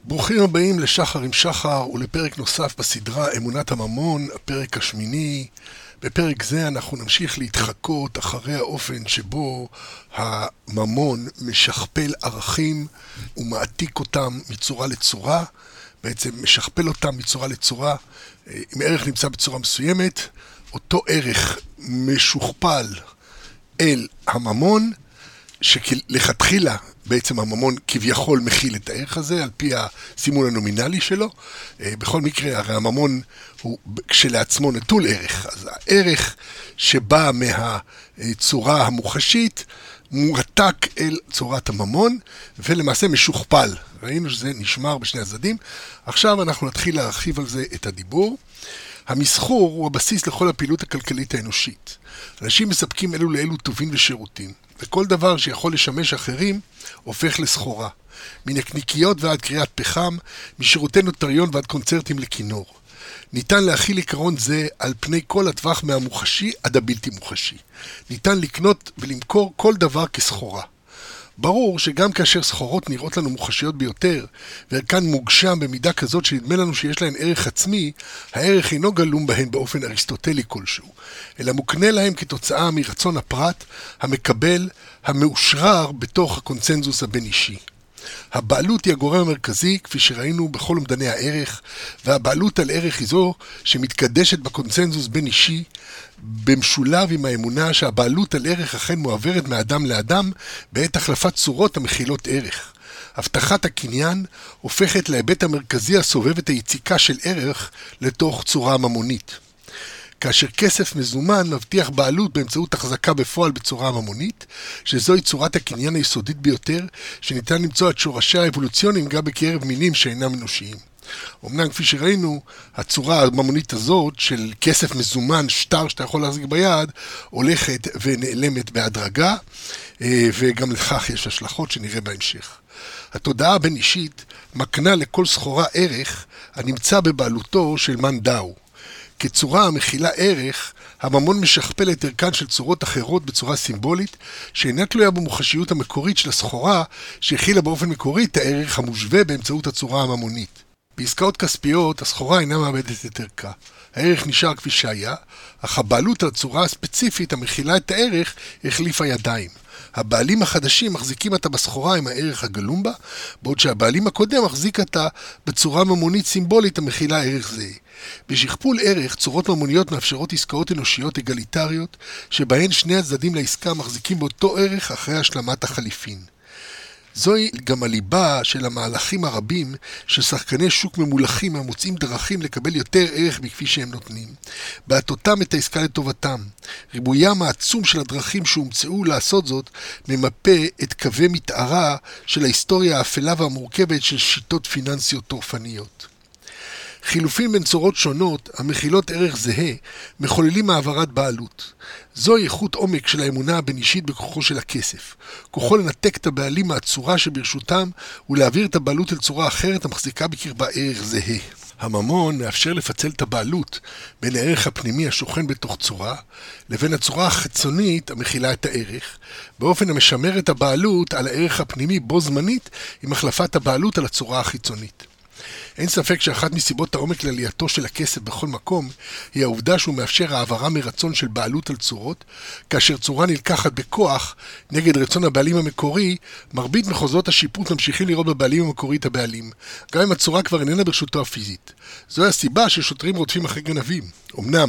ברוכים הבאים לשחר עם שחר ולפרק נוסף בסדרה אמונת הממון, הפרק השמיני. בפרק זה אנחנו נמשיך להתחקות אחרי האופן שבו הממון משכפל ערכים ומעתיק אותם מצורה לצורה, בעצם משכפל אותם מצורה לצורה. אם ערך נמצא בצורה מסוימת, אותו ערך משוכפל אל הממון, שלכתחילה בעצם הממון כביכול מכיל את הערך הזה, על פי הסימון הנומינלי שלו. בכל מקרה, הרי הממון הוא כשלעצמו נטול ערך, אז הערך שבא מהצורה המוחשית מועתק אל צורת הממון, ולמעשה משוכפל. ראינו שזה נשמר בשני הצדדים. עכשיו אנחנו נתחיל להרחיב על זה את הדיבור. המסחור הוא הבסיס לכל הפעילות הכלכלית האנושית. אנשים מספקים אלו לאלו טובין ושירותים, וכל דבר שיכול לשמש אחרים הופך לסחורה. מנקניקיות ועד קריאת פחם, משירותי נוטריון ועד קונצרטים לכינור. ניתן להכיל עיקרון זה על פני כל הטווח מהמוחשי עד הבלתי מוחשי. ניתן לקנות ולמכור כל דבר כסחורה. ברור שגם כאשר סחורות נראות לנו מוחשיות ביותר, וערכן מוגשם במידה כזאת שנדמה לנו שיש להן ערך עצמי, הערך אינו גלום בהן באופן אריסטוטלי כלשהו, אלא מוקנה להם כתוצאה מרצון הפרט, המקבל, המאושרר בתוך הקונצנזוס הבין אישי. הבעלות היא הגורם המרכזי, כפי שראינו בכל אומדני הערך, והבעלות על ערך היא זו שמתקדשת בקונצנזוס בין אישי, במשולב עם האמונה שהבעלות על ערך אכן מועברת מאדם לאדם בעת החלפת צורות המכילות ערך. הבטחת הקניין הופכת להיבט המרכזי הסובב את היציקה של ערך לתוך צורה ממונית. כאשר כסף מזומן מבטיח בעלות באמצעות החזקה בפועל בצורה ממונית, שזוהי צורת הקניין היסודית ביותר, שניתן למצוא את שורשיה האבולוציוניים גם בקרב מינים שאינם אנושיים. אמנם כפי שראינו, הצורה הממונית הזאת של כסף מזומן, שטר שאתה יכול להחזיק ביד, הולכת ונעלמת בהדרגה, וגם לכך יש השלכות שנראה בהמשך. התודעה הבין אישית מקנה לכל סחורה ערך הנמצא בבעלותו של מאן דאו. כצורה המכילה ערך, הממון משכפל את ערכן של צורות אחרות בצורה סימבולית, שאינה תלויה במוחשיות המקורית של הסחורה, שהכילה באופן מקורי את הערך המושווה באמצעות הצורה הממונית. בעסקאות כספיות, הסחורה אינה מאבדת את ערכה. הערך נשאר כפי שהיה, אך הבעלות על הצורה הספציפית המכילה את הערך החליפה ידיים. הבעלים החדשים מחזיקים אותה בסחורה עם הערך הגלום בה, בעוד שהבעלים הקודם מחזיק אותה בצורה ממונית סימבולית המכילה ערך זה. בשכפול ערך, צורות ממוניות מאפשרות עסקאות אנושיות אגליטריות, שבהן שני הצדדים לעסקה מחזיקים באותו ערך אחרי השלמת החליפין. זוהי גם הליבה של המהלכים הרבים של שחקני שוק ממולכים המוצאים דרכים לקבל יותר ערך מכפי שהם נותנים, בעטותם את העסקה לטובתם. ריבוים העצום של הדרכים שהומצאו לעשות זאת ממפה את קווי מתארה של ההיסטוריה האפלה והמורכבת של שיטות פיננסיות טורפניות. חילופים בין צורות שונות, המכילות ערך זהה, מחוללים העברת בעלות. זוהי איכות עומק של האמונה הבין-אישית בכוחו של הכסף. כוחו לנתק את הבעלים מהצורה שברשותם ולהעביר את הבעלות אל צורה אחרת המחזיקה בקרבה ערך זהה. הממון מאפשר לפצל את הבעלות בין הערך הפנימי השוכן בתוך צורה לבין הצורה החיצונית המכילה את הערך, באופן המשמר את הבעלות על הערך הפנימי בו זמנית עם החלפת הבעלות על הצורה החיצונית. אין ספק שאחת מסיבות העומק לעלייתו של הכסף בכל מקום היא העובדה שהוא מאפשר העברה מרצון של בעלות על צורות, כאשר צורה נלקחת בכוח נגד רצון הבעלים המקורי, מרבית מחוזות השיפוט ממשיכים לראות בבעלים המקורי את הבעלים, גם אם הצורה כבר איננה ברשותו הפיזית. זוהי הסיבה ששוטרים רודפים אחרי גנבים. אמנם,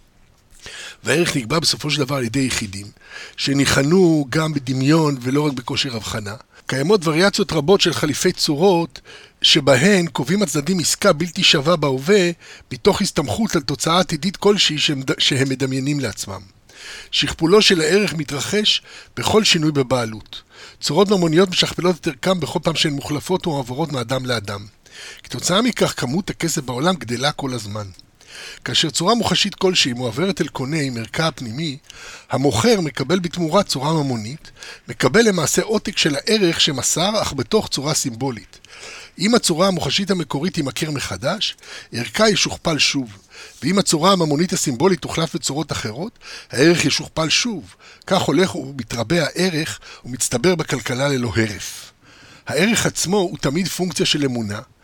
והערך נקבע בסופו של דבר על ידי יחידים, שניחנו גם בדמיון ולא רק בכושר הבחנה. קיימות וריאציות רבות של חליפי צורות, שבהן קובעים הצדדים עסקה בלתי שווה בהווה, מתוך הסתמכות על תוצאה עתידית כלשהי שהם מדמיינים לעצמם. שכפולו של הערך מתרחש בכל שינוי בבעלות. צורות ממוניות משכפלות את ערכם בכל פעם שהן מוחלפות או מעברות מאדם לאדם. כתוצאה מכך כמות הכסף בעולם גדלה כל הזמן. כאשר צורה מוחשית כלשהי מועברת אל קונה עם ערכה הפנימי, המוכר מקבל בתמורה צורה ממונית, מקבל למעשה עותק של הערך שמסר אך בתוך צורה סימבולית. אם הצורה המוחשית המקורית תימכר מחדש, ערכה ישוכפל שוב, ואם הצורה הממונית הסימבולית תוחלף בצורות אחרות, הערך ישוכפל שוב. כך הולך ומתרבה הערך ומצטבר בכלכלה ללא הרף. הערך עצמו הוא תמיד פונקציה של אמונה,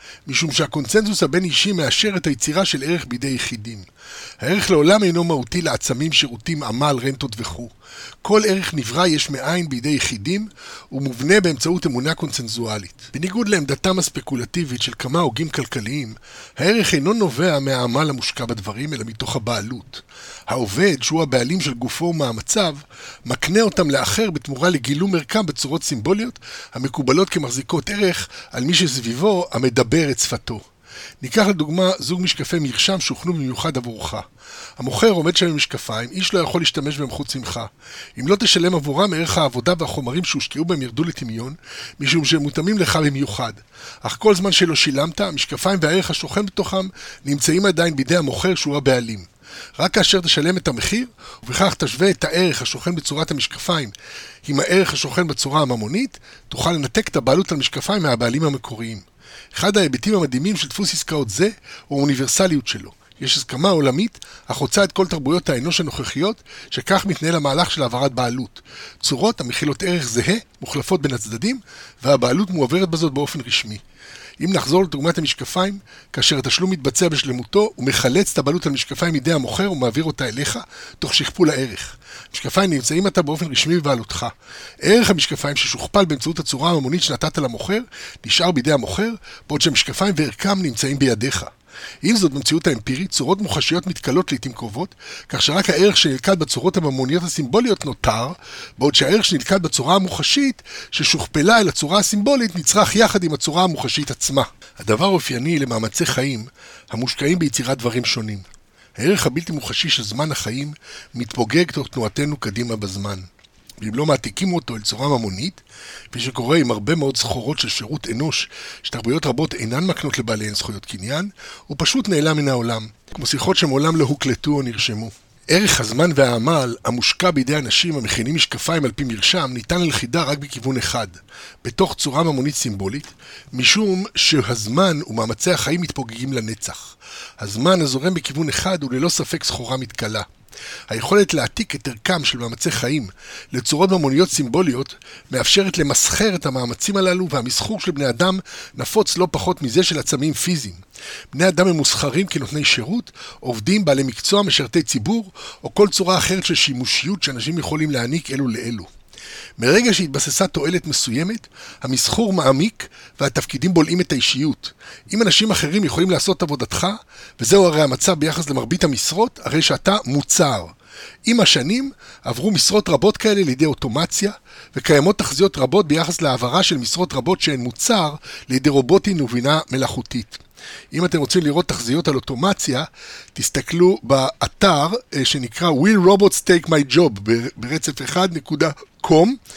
משום שהקונצנזוס הבין אישי מאשר את היצירה של ערך בידי יחידים. הערך לעולם אינו מהותי לעצמים, שירותים, עמל, רנטות וכו'. כל ערך נברא יש מאין בידי יחידים ומובנה באמצעות אמונה קונצנזואלית. בניגוד לעמדתם הספקולטיבית של כמה הוגים כלכליים, הערך אינו נובע מהעמל המושקע בדברים, אלא מתוך הבעלות. העובד, שהוא הבעלים של גופו ומאמציו, מקנה אותם לאחר בתמורה לגילום מרקם בצורות סימבוליות המקובלות כמחזיקות ערך על מי שסביבו המדבר את שפתו. ניקח לדוגמה זוג משקפי מרשם שהוכנו במיוחד עבורך. המוכר עומד שם עם משקפיים, איש לא יכול להשתמש בהם חוץ ממך. אם לא תשלם עבורם, ערך העבודה והחומרים שהושקעו בהם ירדו לטמיון, משום שהם מותאמים לך במיוחד. אך כל זמן שלא שילמת, המשקפיים והערך השוכן בתוכם נמצאים עדיין בידי המוכר שהוא הבעלים. רק כאשר תשלם את המחיר, ובכך תשווה את הערך השוכן בצורת המשקפיים עם הערך השוכן בצורה הממונית, תוכל לנתק את הבעלות על משקפיים מהבעלים המקוריים. אחד ההיבטים המדהימים של דפוס עסקאות זה הוא האוניברסליות שלו. יש הסכמה עולמית החוצה את כל תרבויות האנוש הנוכחיות, שכך מתנהל המהלך של העברת בעלות. צורות המכילות ערך זהה מוחלפות בין הצדדים, והבעלות מועברת בזאת באופן רשמי. אם נחזור לדוגמת המשקפיים, כאשר התשלום מתבצע בשלמותו, הוא מחלץ את הבעלות על משקפיים מידי המוכר ומעביר אותה אליך, תוך שכפול הערך. המשקפיים נמצאים אתה באופן רשמי בבעלותך. ערך המשקפיים ששוכפל באמצעות הצורה הממונית שנתת למוכר, נשאר בידי המוכר, בעוד שהמשקפיים וערכם נמצאים בידיך. עם זאת, במציאות האמפירית, צורות מוחשיות מתקלות לעתים קרובות, כך שרק הערך שנלכד בצורות הממוניות הסימבוליות נותר, בעוד שהערך שנלכד בצורה המוחשית, ששוכפלה אל הצורה הסימבולית, נצרך יחד עם הצורה המוחשית עצמה. הדבר אופייני למאמצי חיים, המושקעים ביצירת דברים שונים. הערך הבלתי מוחשי של זמן החיים מתפוגג תוך תנועתנו קדימה בזמן. ואם לא מעתיקים אותו אל צורה ממונית, כפי שקורה עם הרבה מאוד סחורות של שירות אנוש שתרבויות רבות אינן מקנות לבעליהן זכויות קניין, הוא פשוט נעלם מן העולם, כמו שיחות שמעולם לא הוקלטו או נרשמו. ערך הזמן והעמל המושקע בידי אנשים המכינים משקפיים על פי מרשם ניתן ללכידה רק בכיוון אחד, בתוך צורה ממונית סימבולית, משום שהזמן ומאמצי החיים מתפוגגים לנצח. הזמן הזורם בכיוון אחד הוא ללא ספק סחורה מתקלה. היכולת להעתיק את ערכם של מאמצי חיים לצורות ממוניות סימבוליות מאפשרת למסחר את המאמצים הללו, והמסחור של בני אדם נפוץ לא פחות מזה של עצמים פיזיים. בני אדם הם מוסחרים כנותני שירות, עובדים, בעלי מקצוע, משרתי ציבור, או כל צורה אחרת של שימושיות שאנשים יכולים להעניק אלו לאלו. מרגע שהתבססה תועלת מסוימת, המסחור מעמיק והתפקידים בולעים את האישיות. אם אנשים אחרים יכולים לעשות עבודתך, וזהו הרי המצב ביחס למרבית המשרות, הרי שאתה מוצר. עם השנים עברו משרות רבות כאלה לידי אוטומציה, וקיימות תחזיות רבות ביחס להעברה של משרות רבות שהן מוצר לידי רובוטים ובינה מלאכותית. אם אתם רוצים לראות תחזיות על אוטומציה, תסתכלו באתר שנקרא Will Robots Take My Job ברצף 1.com,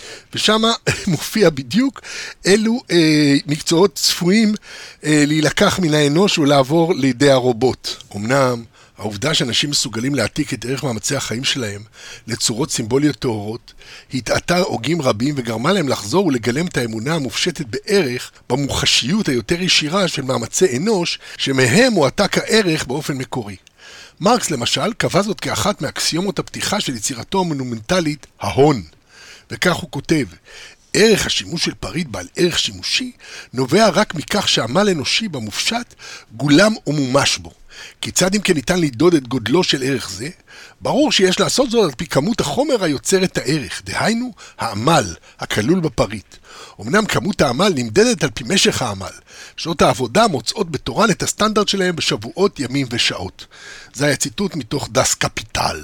ושם מופיע בדיוק אילו מקצועות צפויים להילקח מן האנוש ולעבור לידי הרובוט. אמנם העובדה שאנשים מסוגלים להעתיק את ערך מאמצי החיים שלהם לצורות סימבוליות טהורות, התעתה הוגים רבים וגרמה להם לחזור ולגלם את האמונה המופשטת בערך במוחשיות היותר ישירה של מאמצי אנוש, שמהם הועתק הערך באופן מקורי. מרקס למשל קבע זאת כאחת מאקסיומות הפתיחה של יצירתו המונומנטלית, ההון. וכך הוא כותב: ערך השימוש של פריט בעל ערך שימושי נובע רק מכך שעמל אנושי במופשט גולם ומומש בו. כיצד אם כן ניתן לדוד את גודלו של ערך זה? ברור שיש לעשות זאת על פי כמות החומר היוצר את הערך, דהיינו העמל הכלול בפריט. אמנם כמות העמל נמדדת על פי משך העמל. שעות העבודה מוצאות בתורן את הסטנדרט שלהם בשבועות, ימים ושעות. זה היה ציטוט מתוך דס קפיטל.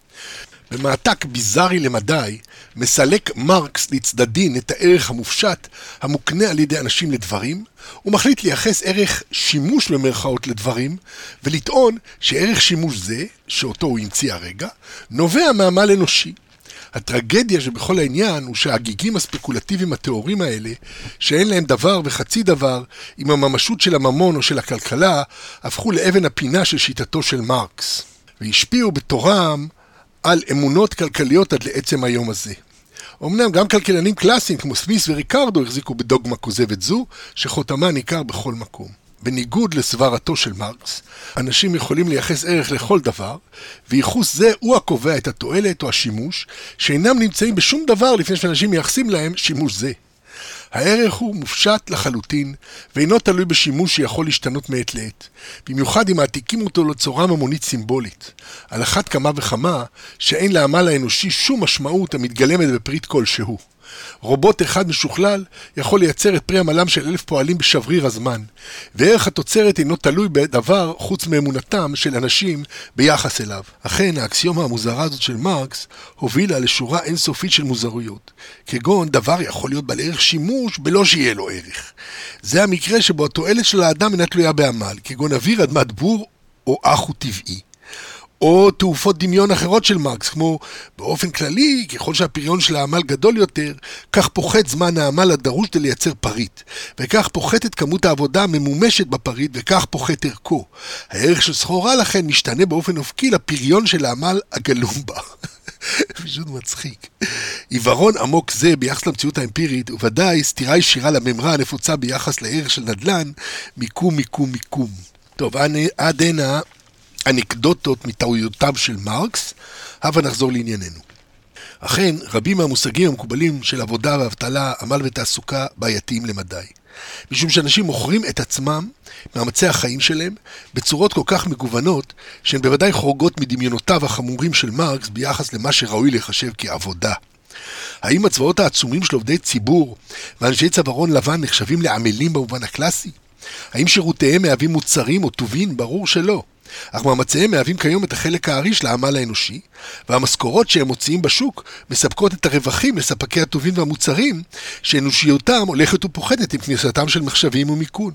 במעתק ביזארי למדי, מסלק מרקס לצדדין את הערך המופשט המוקנה על ידי אנשים לדברים, ומחליט לייחס ערך שימוש במרכאות לדברים, ולטעון שערך שימוש זה, שאותו הוא המציא הרגע, נובע מעמל אנושי. הטרגדיה שבכל העניין הוא שהגיגים הספקולטיביים התיאוריים האלה, שאין להם דבר וחצי דבר עם הממשות של הממון או של הכלכלה, הפכו לאבן הפינה של שיטתו של מרקס, והשפיעו בתורם על אמונות כלכליות עד לעצם היום הזה. אמנם גם כלכלנים קלאסיים כמו סמית' וריקרדו החזיקו בדוגמה כוזבת זו, שחותמה ניכר בכל מקום. בניגוד לסברתו של מרקס, אנשים יכולים לייחס ערך לכל דבר, וייחוס זה הוא הקובע את התועלת או השימוש, שאינם נמצאים בשום דבר לפני שאנשים מייחסים להם שימוש זה. הערך הוא מופשט לחלוטין, ואינו תלוי בשימוש שיכול להשתנות מעת לעת, במיוחד אם מעתיקים אותו לצורה ממונית סימבולית. על אחת כמה וכמה שאין לעמל האנושי שום משמעות המתגלמת בפריט כלשהו. רובוט אחד משוכלל יכול לייצר את פרי עמלם של 1,000 פועלים בשבריר הזמן, וערך התוצרת אינו תלוי בדבר חוץ מאמונתם של אנשים ביחס אליו. אכן, האקסיומה המוזרה הזאת של מרקס הובילה לשורה אינסופית של מוזרויות, כגון דבר יכול להיות בעל ערך שימוש בלא שיהיה לו ערך. זה המקרה שבו התועלת של האדם אינה תלויה בעמל, כגון אוויר אדמת בור או אח הוא טבעי. או תעופות דמיון אחרות של מרקס, כמו באופן כללי, ככל שהפריון של העמל גדול יותר, כך פוחת זמן העמל הדרוש כדי לייצר פריט, וכך פוחתת כמות העבודה הממומשת בפריט, וכך פוחת ערכו. הערך של סחורה לכן משתנה באופן אופקי לפריון של העמל הגלום בה. פשוט מצחיק. עיוורון עמוק זה ביחס למציאות האמפירית, וודאי סתירה ישירה לממרה הנפוצה ביחס לערך של נדל"ן, מיקום, מיקום, מיקום. טוב, עד הנה אנקדוטות מטעויותיו של מרקס, הבה נחזור לענייננו. אכן, רבים מהמושגים המקובלים של עבודה ואבטלה, עמל ותעסוקה בעייתיים למדי. משום שאנשים מוכרים את עצמם, מאמצי החיים שלהם, בצורות כל כך מגוונות, שהן בוודאי חורגות מדמיונותיו החמורים של מרקס ביחס למה שראוי לחשב כעבודה. האם הצבאות העצומים של עובדי ציבור ואנשי צווארון לבן נחשבים לעמלים במובן הקלאסי? האם שירותיהם מהווים מוצרים או טובין? ברור שלא. אך מאמציהם מהווים כיום את החלק הארי של העמל האנושי, והמשכורות שהם מוציאים בשוק מספקות את הרווחים לספקי הטובין והמוצרים, שאנושיותם הולכת ופוחתת עם כניסתם של מחשבים ומיכון.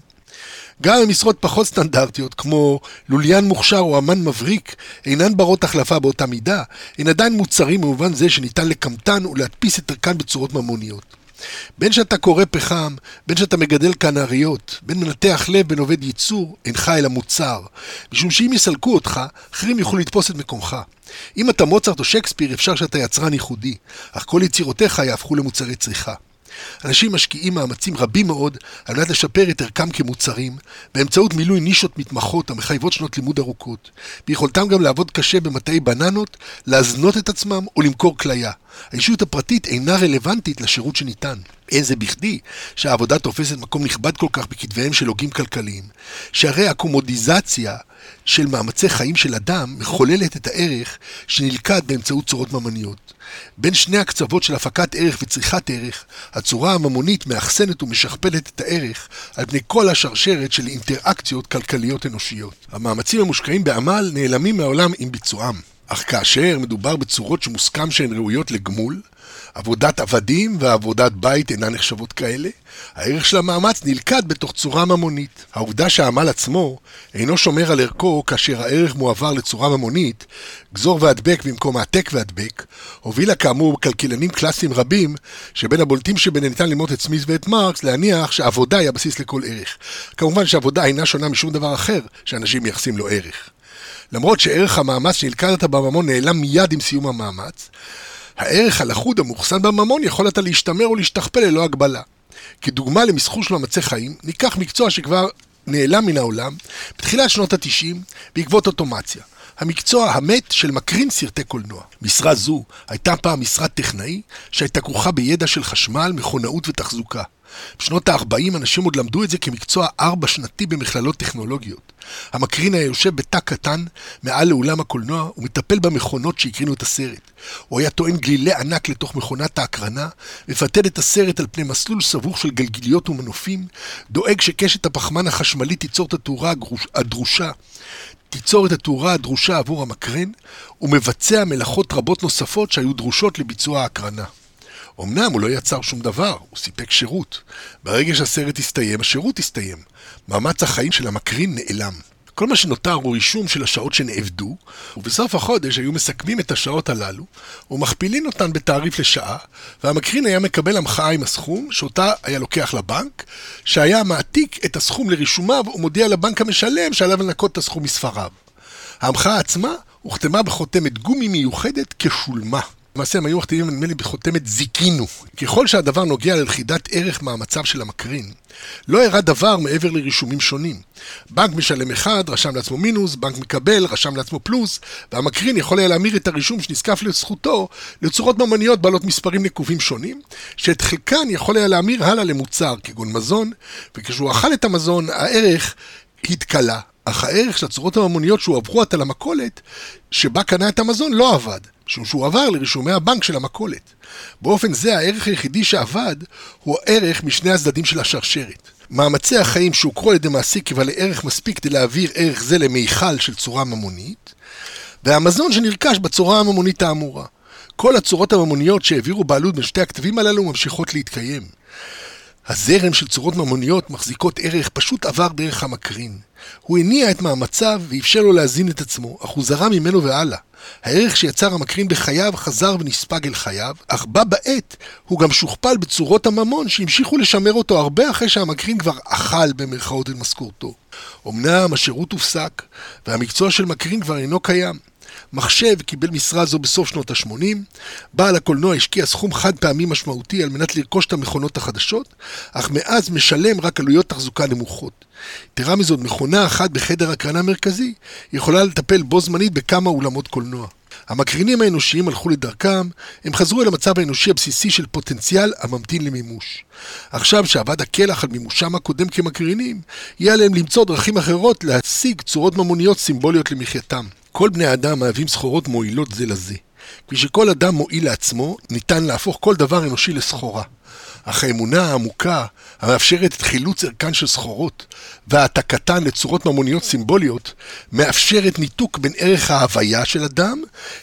גם המשרות פחות סטנדרטיות, כמו לוליין מוכשר או אמן מבריק, אינן ברות החלפה באותה מידה, הן עדיין מוצרים במובן זה שניתן לקמתן ולהדפיס את ערכן בצורות ממוניות. בין שאתה קורא פחם, בין שאתה מגדל קנריות, בין מנתח לב, בין עובד ייצור, אינך אלא מוצר. משום שאם יסלקו אותך, אחרים יוכלו לתפוס את מקומך. אם אתה מוצרט או שייקספיר, אפשר שאתה יצרן ייחודי, אך כל יצירותיך יהפכו למוצרי צריכה. אנשים משקיעים מאמצים רבים מאוד על מנת לשפר את ערכם כמוצרים, באמצעות מילוי נישות מתמחות המחייבות שנות לימוד ארוכות. ביכולתם גם לעבוד קשה במטעי בננות, להזנות את עצמם או למכור כליה. האישיות הפרטית אינה רלוונטית לשירות שניתן. אין זה בכדי שהעבודה תופסת מקום נכבד כל כך בכתביהם של הוגים כלכליים, שהרי הקומודיזציה של מאמצי חיים של אדם מחוללת את הערך שנלכד באמצעות צורות ממוניות. בין שני הקצוות של הפקת ערך וצריכת ערך, הצורה הממונית מאחסנת ומשכפלת את הערך על פני כל השרשרת של אינטראקציות כלכליות אנושיות. המאמצים המושקעים בעמל נעלמים מהעולם עם ביצועם. אך כאשר מדובר בצורות שמוסכם שהן ראויות לגמול, עבודת עבדים ועבודת בית אינן נחשבות כאלה, הערך של המאמץ נלכד בתוך צורה ממונית. העובדה שהעמל עצמו אינו שומר על ערכו כאשר הערך מועבר לצורה ממונית, גזור והדבק במקום העתק והדבק, הובילה כאמור כלכלנים קלאסיים רבים, שבין הבולטים שביניהם ניתן ללמוד את סמית ואת מרקס, להניח שעבודה היא הבסיס לכל ערך. כמובן שעבודה אינה שונה משום דבר אחר שאנשים מייחסים לו ערך. למרות שערך המאמץ שנלכדת בממון נעלם מיד עם סיום המאמץ, הערך הלכוד המוחסן בממון יכול אתה להשתמר או להשתכפל ללא הגבלה. כדוגמה למסחור של מאמצי חיים, ניקח מקצוע שכבר נעלם מן העולם בתחילת שנות ה-90 בעקבות אוטומציה. המקצוע המת של מקרין סרטי קולנוע. משרה זו הייתה פעם משרת טכנאי שהייתה כרוכה בידע של חשמל, מכונאות ותחזוקה. בשנות ה-40 אנשים עוד למדו את זה כמקצוע 4 שנתי במכללות טכנולוגיות. המקרין היה יושב בתא קטן מעל לאולם הקולנוע ומטפל במכונות שהקרינו את הסרט. הוא היה טוען גלילי ענק לתוך מכונת ההקרנה, מפתד את הסרט על פני מסלול סבוך של גלגיליות ומנופים, דואג שקשת הפחמן החשמלית תיצור את התאורה הדרושה עבור המקרן, ומבצע מלאכות רבות נוספות שהיו דרושות לביצוע ההקרנה. אמנם הוא לא יצר שום דבר, הוא סיפק שירות. ברגע שהסרט הסתיים, השירות הסתיים. מאמץ החיים של המקרין נעלם. כל מה שנותר הוא רישום של השעות שנעבדו, ובסוף החודש היו מסכמים את השעות הללו, ומכפילים אותן בתעריף לשעה, והמקרין היה מקבל המחאה עם הסכום, שאותה היה לוקח לבנק, שהיה מעתיק את הסכום לרישומיו, ומודיע לבנק המשלם שעליו לנקות את הסכום מספריו. ההמחאה עצמה הוכתמה בחותמת גומי מיוחדת כשולמה. למעשה הם היו מכתיבים נדמה לי בחותמת זיקינו. ככל שהדבר נוגע ללכידת ערך מהמצב של המקרין, לא הראה דבר מעבר לרישומים שונים. בנק משלם אחד, רשם לעצמו מינוס, בנק מקבל, רשם לעצמו פלוס, והמקרין יכול היה להמיר את הרישום שנזקף לזכותו לצורות ממוניות בעלות מספרים נקובים שונים, שאת חלקן יכול היה להמיר הלאה למוצר, כגון מזון, וכשהוא אכל את המזון, הערך התקלה, אך הערך של הצורות הממוניות שהועברו עתה למכולת, שבה קנה את המזון, לא עבד, משום שהוא עבר לרישומי הבנק של המכולת. באופן זה, הערך היחידי שעבד הוא הערך משני הצדדים של השרשרת. מאמצי החיים שהוכרו על ידי מעסיק כבעלי ערך מספיק כדי להעביר ערך זה למיכל של צורה ממונית, והמזון שנרכש בצורה הממונית האמורה. כל הצורות הממוניות שהעבירו בעלות בין שתי הכתבים הללו ממשיכות להתקיים. הזרם של צורות ממוניות מחזיקות ערך פשוט עבר דרך המקרין. הוא הניע את מאמציו ואפשר לו להזין את עצמו, אך הוא זרם ממנו והלאה. הערך שיצר המקרין בחייו חזר ונספג אל חייו, אך בה בעת הוא גם שוכפל בצורות הממון שהמשיכו לשמר אותו הרבה אחרי שהמקרין כבר אכל במרכאות את משכורתו. אמנם השירות הופסק, והמקצוע של מקרין כבר אינו קיים. מחשב קיבל משרה זו בסוף שנות ה-80, בעל הקולנוע השקיע סכום חד פעמי משמעותי על מנת לרכוש את המכונות החדשות, אך מאז משלם רק עלויות תחזוקה נמוכות. תראה מזאת, מכונה אחת בחדר הקרנה מרכזי יכולה לטפל בו זמנית בכמה אולמות קולנוע. המקרינים האנושיים הלכו לדרכם, הם חזרו אל המצב האנושי הבסיסי של פוטנציאל הממתין למימוש. עכשיו שעבד הכלח על מימושם הקודם כמקרינים, יהיה עליהם למצוא דרכים אחרות להשיג צורות ממוניות סימבוליות למחייתם. כל בני האדם מהווים סחורות מועילות זה לזה. כפי שכל אדם מועיל לעצמו, ניתן להפוך כל דבר אנושי לסחורה. אך האמונה העמוקה, המאפשרת את חילוץ ערכן של סחורות, והעתקתן לצורות ממוניות סימבוליות, מאפשרת ניתוק בין ערך ההוויה של אדם,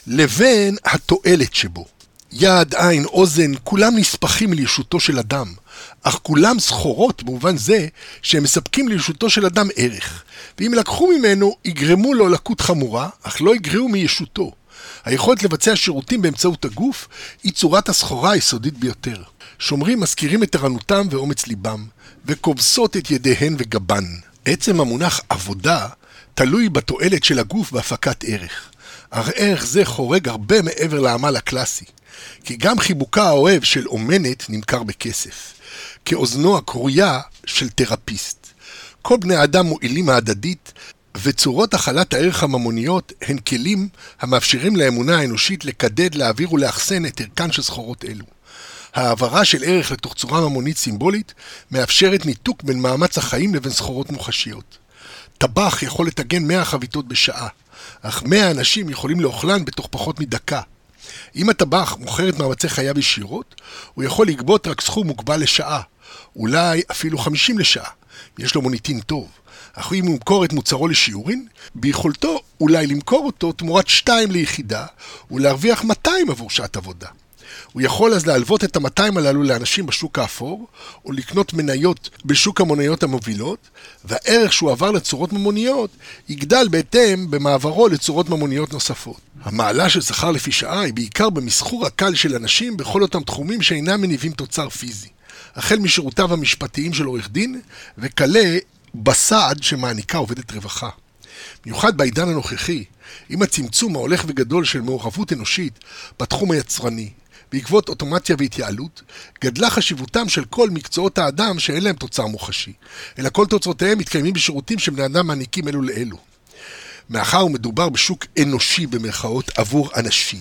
לבין התועלת שבו. יד, עין, אוזן, כולם נספחים לישותו של אדם, אך כולם סחורות במובן זה שהם מספקים לישותו של אדם ערך, ואם לקחו ממנו, יגרמו לו לקות חמורה, אך לא יגרעו מישותו. היכולת לבצע שירותים באמצעות הגוף היא צורת הסחורה היסודית ביותר. שומרים מזכירים את ערנותם ואומץ ליבם, וכובסות את ידיהן וגבן. עצם המונח עבודה תלוי בתועלת של הגוף בהפקת ערך. אך ערך זה חורג הרבה מעבר לעמל הקלאסי, כי גם חיבוקה האוהב של אומנת נמכר בכסף, כאוזנו הקרויה של תרפיסט. כל בני האדם מועילים ההדדית, וצורות החלת הערך הממוניות הן כלים המאפשרים לאמונה האנושית לקדד, להעביר ולאחסן את ערכן של סחורות אלו. העברה של ערך לתוך צורה ממונית סימבולית מאפשרת ניתוק בין מאמץ החיים לבין סחורות מוחשיות. טבח יכול לטגן 100 חביתות בשעה, אך 100 אנשים יכולים לאוכלן בתוך פחות מדקה. אם הטבח מוכר את מאמצי חייו ישירות, הוא יכול לגבות רק סכום מוגבל לשעה, אולי אפילו 50 לשעה, יש לו מוניטין טוב. אך אם הוא ימכור את מוצרו לשיעורין, ביכולתו אולי למכור אותו תמורת 2 ליחידה, ולהרוויח 200 עבור שעת עבודה. הוא יכול אז להלוות את ה-200 הללו לאנשים בשוק האפור, או לקנות מניות בשוק המוניות המובילות, והערך שהוא עבר לצורות ממוניות יגדל בהתאם במעברו לצורות ממוניות נוספות. המעלה של שכר לפי שעה היא בעיקר במסחור הקל של אנשים בכל אותם תחומים שאינם מניבים תוצר פיזי, החל משירותיו המשפטיים של עורך דין, וכלה בסעד שמעניקה עובדת רווחה. מיוחד בעידן הנוכחי, עם הצמצום ההולך וגדול של מעורבות אנושית בתחום היצרני, בעקבות אוטומציה והתייעלות, גדלה חשיבותם של כל מקצועות האדם שאין להם תוצר מוחשי, אלא כל תוצאותיהם מתקיימים בשירותים שבני אדם מעניקים אלו לאלו. מאחר ומדובר בשוק אנושי במרכאות עבור אנשים,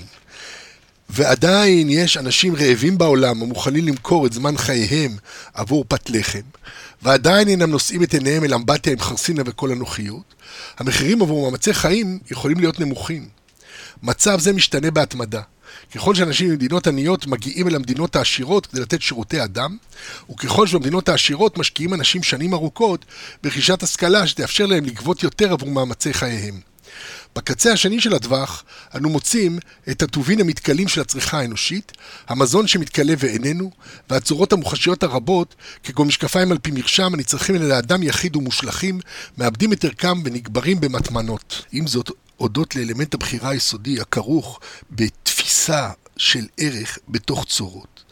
ועדיין יש אנשים רעבים בעולם המוכנים למכור את זמן חייהם עבור פת לחם, ועדיין אינם נושאים את עיניהם אל אמבטיה עם חרסינה וכל הנוחיות, המחירים עבור מאמצי חיים יכולים להיות נמוכים. מצב זה משתנה בהתמדה. ככל שאנשים במדינות עניות מגיעים אל המדינות העשירות כדי לתת שירותי אדם, וככל שבמדינות העשירות משקיעים אנשים שנים ארוכות ברכישת השכלה שתאפשר להם לגבות יותר עבור מאמצי חייהם. בקצה השני של הטווח, אנו מוצאים את הטובין המתכלים של הצריכה האנושית, המזון שמתכלה ואיננו, והצורות המוחשיות הרבות, כגון משקפיים על פי מרשם, הנצרכים אל האדם יחיד ומושלכים, מאבדים את ערכם ונגברים במטמנות. עם זאת, הודות לאלמנט הבחירה היסודי הכרוך בתפיסה של ערך בתוך צורות.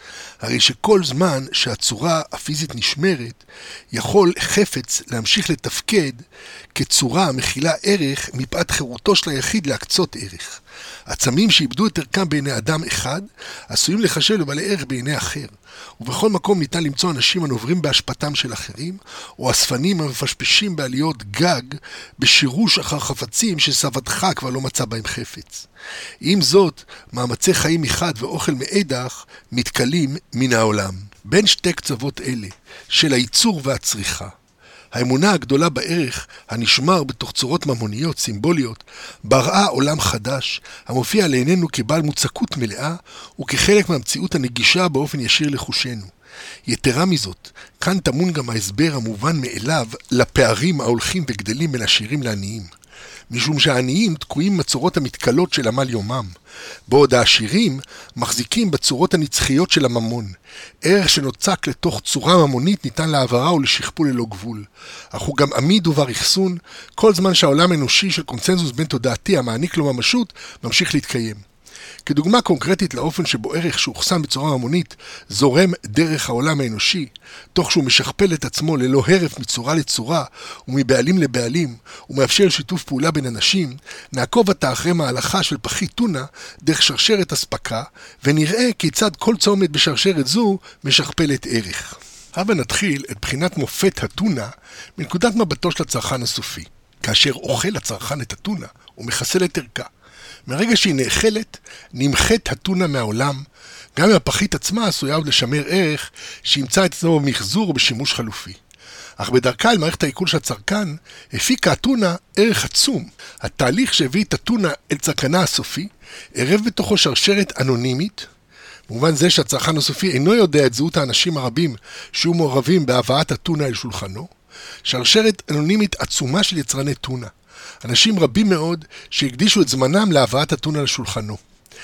הרי שכל זמן שהצורה הפיזית נשמרת, יכול חפץ להמשיך לתפקד כצורה המכילה ערך מפאת חירותו של היחיד להקצות ערך. עצמים שאיבדו את ערכם בעיני אדם אחד, עשויים לחשב לבעלי ערך בעיני אחר. ובכל מקום ניתן למצוא אנשים הנוברים בהשפעתם של אחרים, או אספנים המפשפשים בעליות גג, בשירוש אחר חפצים שסבתך כבר לא מצא בהם חפץ. עם זאת, מאמצי חיים מחד ואוכל מאידך, מתקלים מן העולם. בין שתי קצוות אלה, של הייצור והצריכה, האמונה הגדולה בערך הנשמר בתוך צורות ממוניות, סימבוליות, בראה עולם חדש, המופיע לעינינו כבעל מוצקות מלאה, וכחלק מהמציאות הנגישה באופן ישיר לחושנו. יתרה מזאת, כאן טמון גם ההסבר המובן מאליו לפערים ההולכים וגדלים בין עשירים לעניים. משום שהעניים תקועים בצורות המתקלות של עמל יומם, בעוד העשירים מחזיקים בצורות הנצחיות של הממון. ערך שנוצק לתוך צורה ממונית ניתן לעברה ולשכפול ללא גבול. אך הוא גם עמיד ובר אחסון, כל זמן שהעולם האנושי של קונצנזוס בין תודעתי המעניק לו ממשות ממשיך להתקיים. כדוגמה קונקרטית לאופן שבו ערך שהוחסן בצורה ממונית זורם דרך העולם האנושי, תוך שהוא משכפל את עצמו ללא הרף מצורה לצורה ומבעלים לבעלים, ומאפשר שיתוף פעולה בין אנשים, נעקוב עתה אחרי מהלכה של פחית טונה דרך שרשרת אספקה, ונראה כיצד כל צומת בשרשרת זו משכפלת ערך. הבה נתחיל את בחינת מופת הטונה מנקודת מבטו של הצרכן הסופי. כאשר אוכל הצרכן את הטונה, הוא מחסל את ערכה. מרגע שהיא נאכלת, נמחת הטונה מהעולם, גם אם הפחית עצמה עשויה עוד לשמר ערך שימצא את עצמו במחזור או בשימוש חלופי. אך בדרכה אל מערכת העיכול של הצרכן, הפיקה הטונה ערך עצום. התהליך שהביא את הטונה אל צרכנה הסופי, ערב בתוכו שרשרת אנונימית, במובן זה שהצרכן הסופי אינו יודע את זהות האנשים הרבים שיהיו מעורבים בהבאת הטונה אל שולחנו, שרשרת אנונימית עצומה של יצרני טונה. אנשים רבים מאוד שהקדישו את זמנם להבאת הטונה לשולחנו.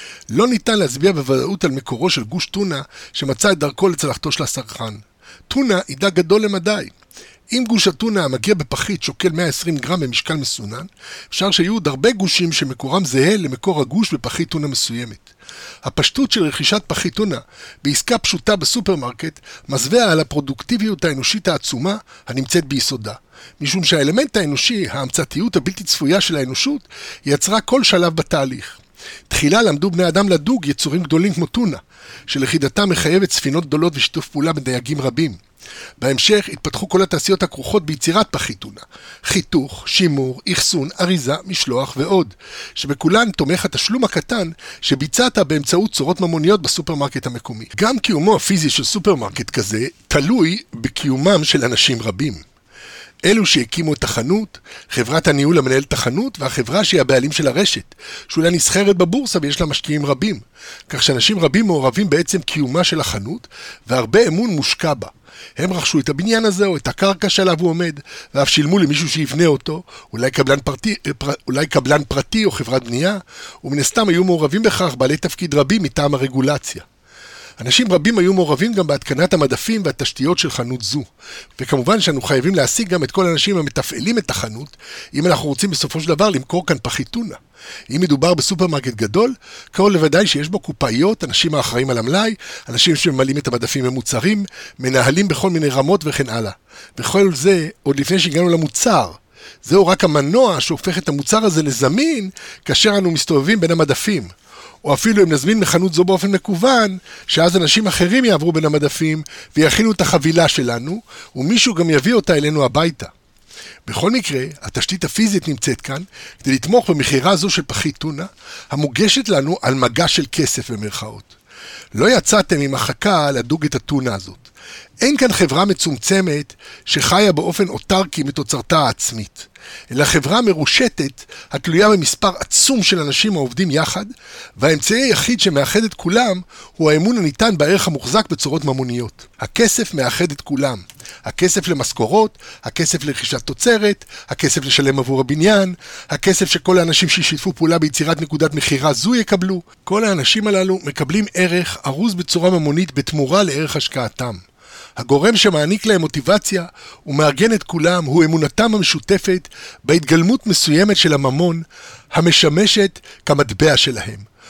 לא ניתן להצביע בוודאות על מקורו של גוש טונה שמצא את דרכו לצלחתו של הצרכן. טונה היא דג גדול למדי. אם גוש הטונה המגיע בפחית שוקל 120 גרם במשקל מסונן, אפשר שיהיו עוד הרבה גושים שמקורם זהה למקור הגוש בפחית טונה מסוימת. הפשטות של רכישת פחית טונה בעסקה פשוטה בסופרמרקט מסווה על הפרודוקטיביות האנושית העצומה הנמצאת ביסודה. משום שהאלמנט האנושי, ההמצאתיות הבלתי צפויה של האנושות, יצרה כל שלב בתהליך. תחילה למדו בני אדם לדוג יצורים גדולים כמו טונה, שלכידתם מחייבת ספינות גדולות ושיתוף פעולה בין דייגים רבים. בהמשך התפתחו כל התעשיות הכרוכות ביצירת פחית טונה, חיתוך, שימור, אחסון, אריזה, משלוח ועוד, שבכולן תומך התשלום הקטן שביצעת באמצעות צורות ממוניות בסופרמרקט המקומי. גם קיומו הפיזי של סופרמרקט כזה תלוי בקיומם של אנשים רבים. אלו שהקימו את החנות, חברת הניהול המנהל את החנות, והחברה שהיא הבעלים של הרשת, שאולי נסחרת בבורסה ויש לה משקיעים רבים. כך שאנשים רבים מעורבים בעצם קיומה של החנות, והרבה אמון מושקע בה. הם רכשו את הבניין הזה או את הקרקע שעליו הוא עומד, ואף שילמו למישהו שיבנה אותו, אולי קבלן פרטי או חברת בנייה, ומן הסתם היו מעורבים בכך בעלי תפקיד רבים מטעם הרגולציה. אנשים רבים היו מעורבים גם בהתקנת המדפים והתשתיות של חנות זו. וכמובן שאנו חייבים להשיג גם את כל האנשים המתפעלים את החנות, אם אנחנו רוצים בסופו של דבר למכור כאן פחית טונה. אם מדובר בסופרמרקט גדול, קרוב לוודאי שיש בו קופאיות, אנשים האחראים על המלאי, אנשים שממלאים את המדפים במוצרים, מנהלים בכל מיני רמות וכן הלאה. וכל זה עוד לפני שהגענו למוצר. זהו רק המנוע שהופך את המוצר הזה לזמין כאשר אנו מסתובבים בין המדפים. או אפילו אם נזמין מחנות זו באופן מקוון, שאז אנשים אחרים יעברו בין המדפים ויכינו את החבילה שלנו, ומישהו גם יביא אותה אלינו הביתה. בכל מקרה, התשתית הפיזית נמצאת כאן כדי לתמוך במחירה זו של פחית טונה, המוגשת לנו על מגע של כסף במרכאות. לא יצאתם עם החכה לדוג את הטונה הזאת. אין כאן חברה מצומצמת שחיה באופן אוטרקי מתוצרתה העצמית, אלא חברה מרושתת התלויה במספר עצום של אנשים העובדים יחד, והאמצעי היחיד שמאחד את כולם הוא האמון הניתן בערך המוחזק בצורות ממוניות. הכסף מאחד את כולם. הכסף למשכורות, הכסף לרכישת תוצרת, הכסף לשלם עבור הבניין, הכסף שכל האנשים שישתפו פעולה ביצירת נקודת מחירה זו יקבלו. כל האנשים הללו מקבלים ערך ארוז בצורה ממונית בתמורה לערך השקעתם. הגורם שמעניק להם מוטיבציה ומארגן את כולם הוא אמונתם המשותפת בהתגלמות מסוימת של הממון המשמשת כמטבע שלהם,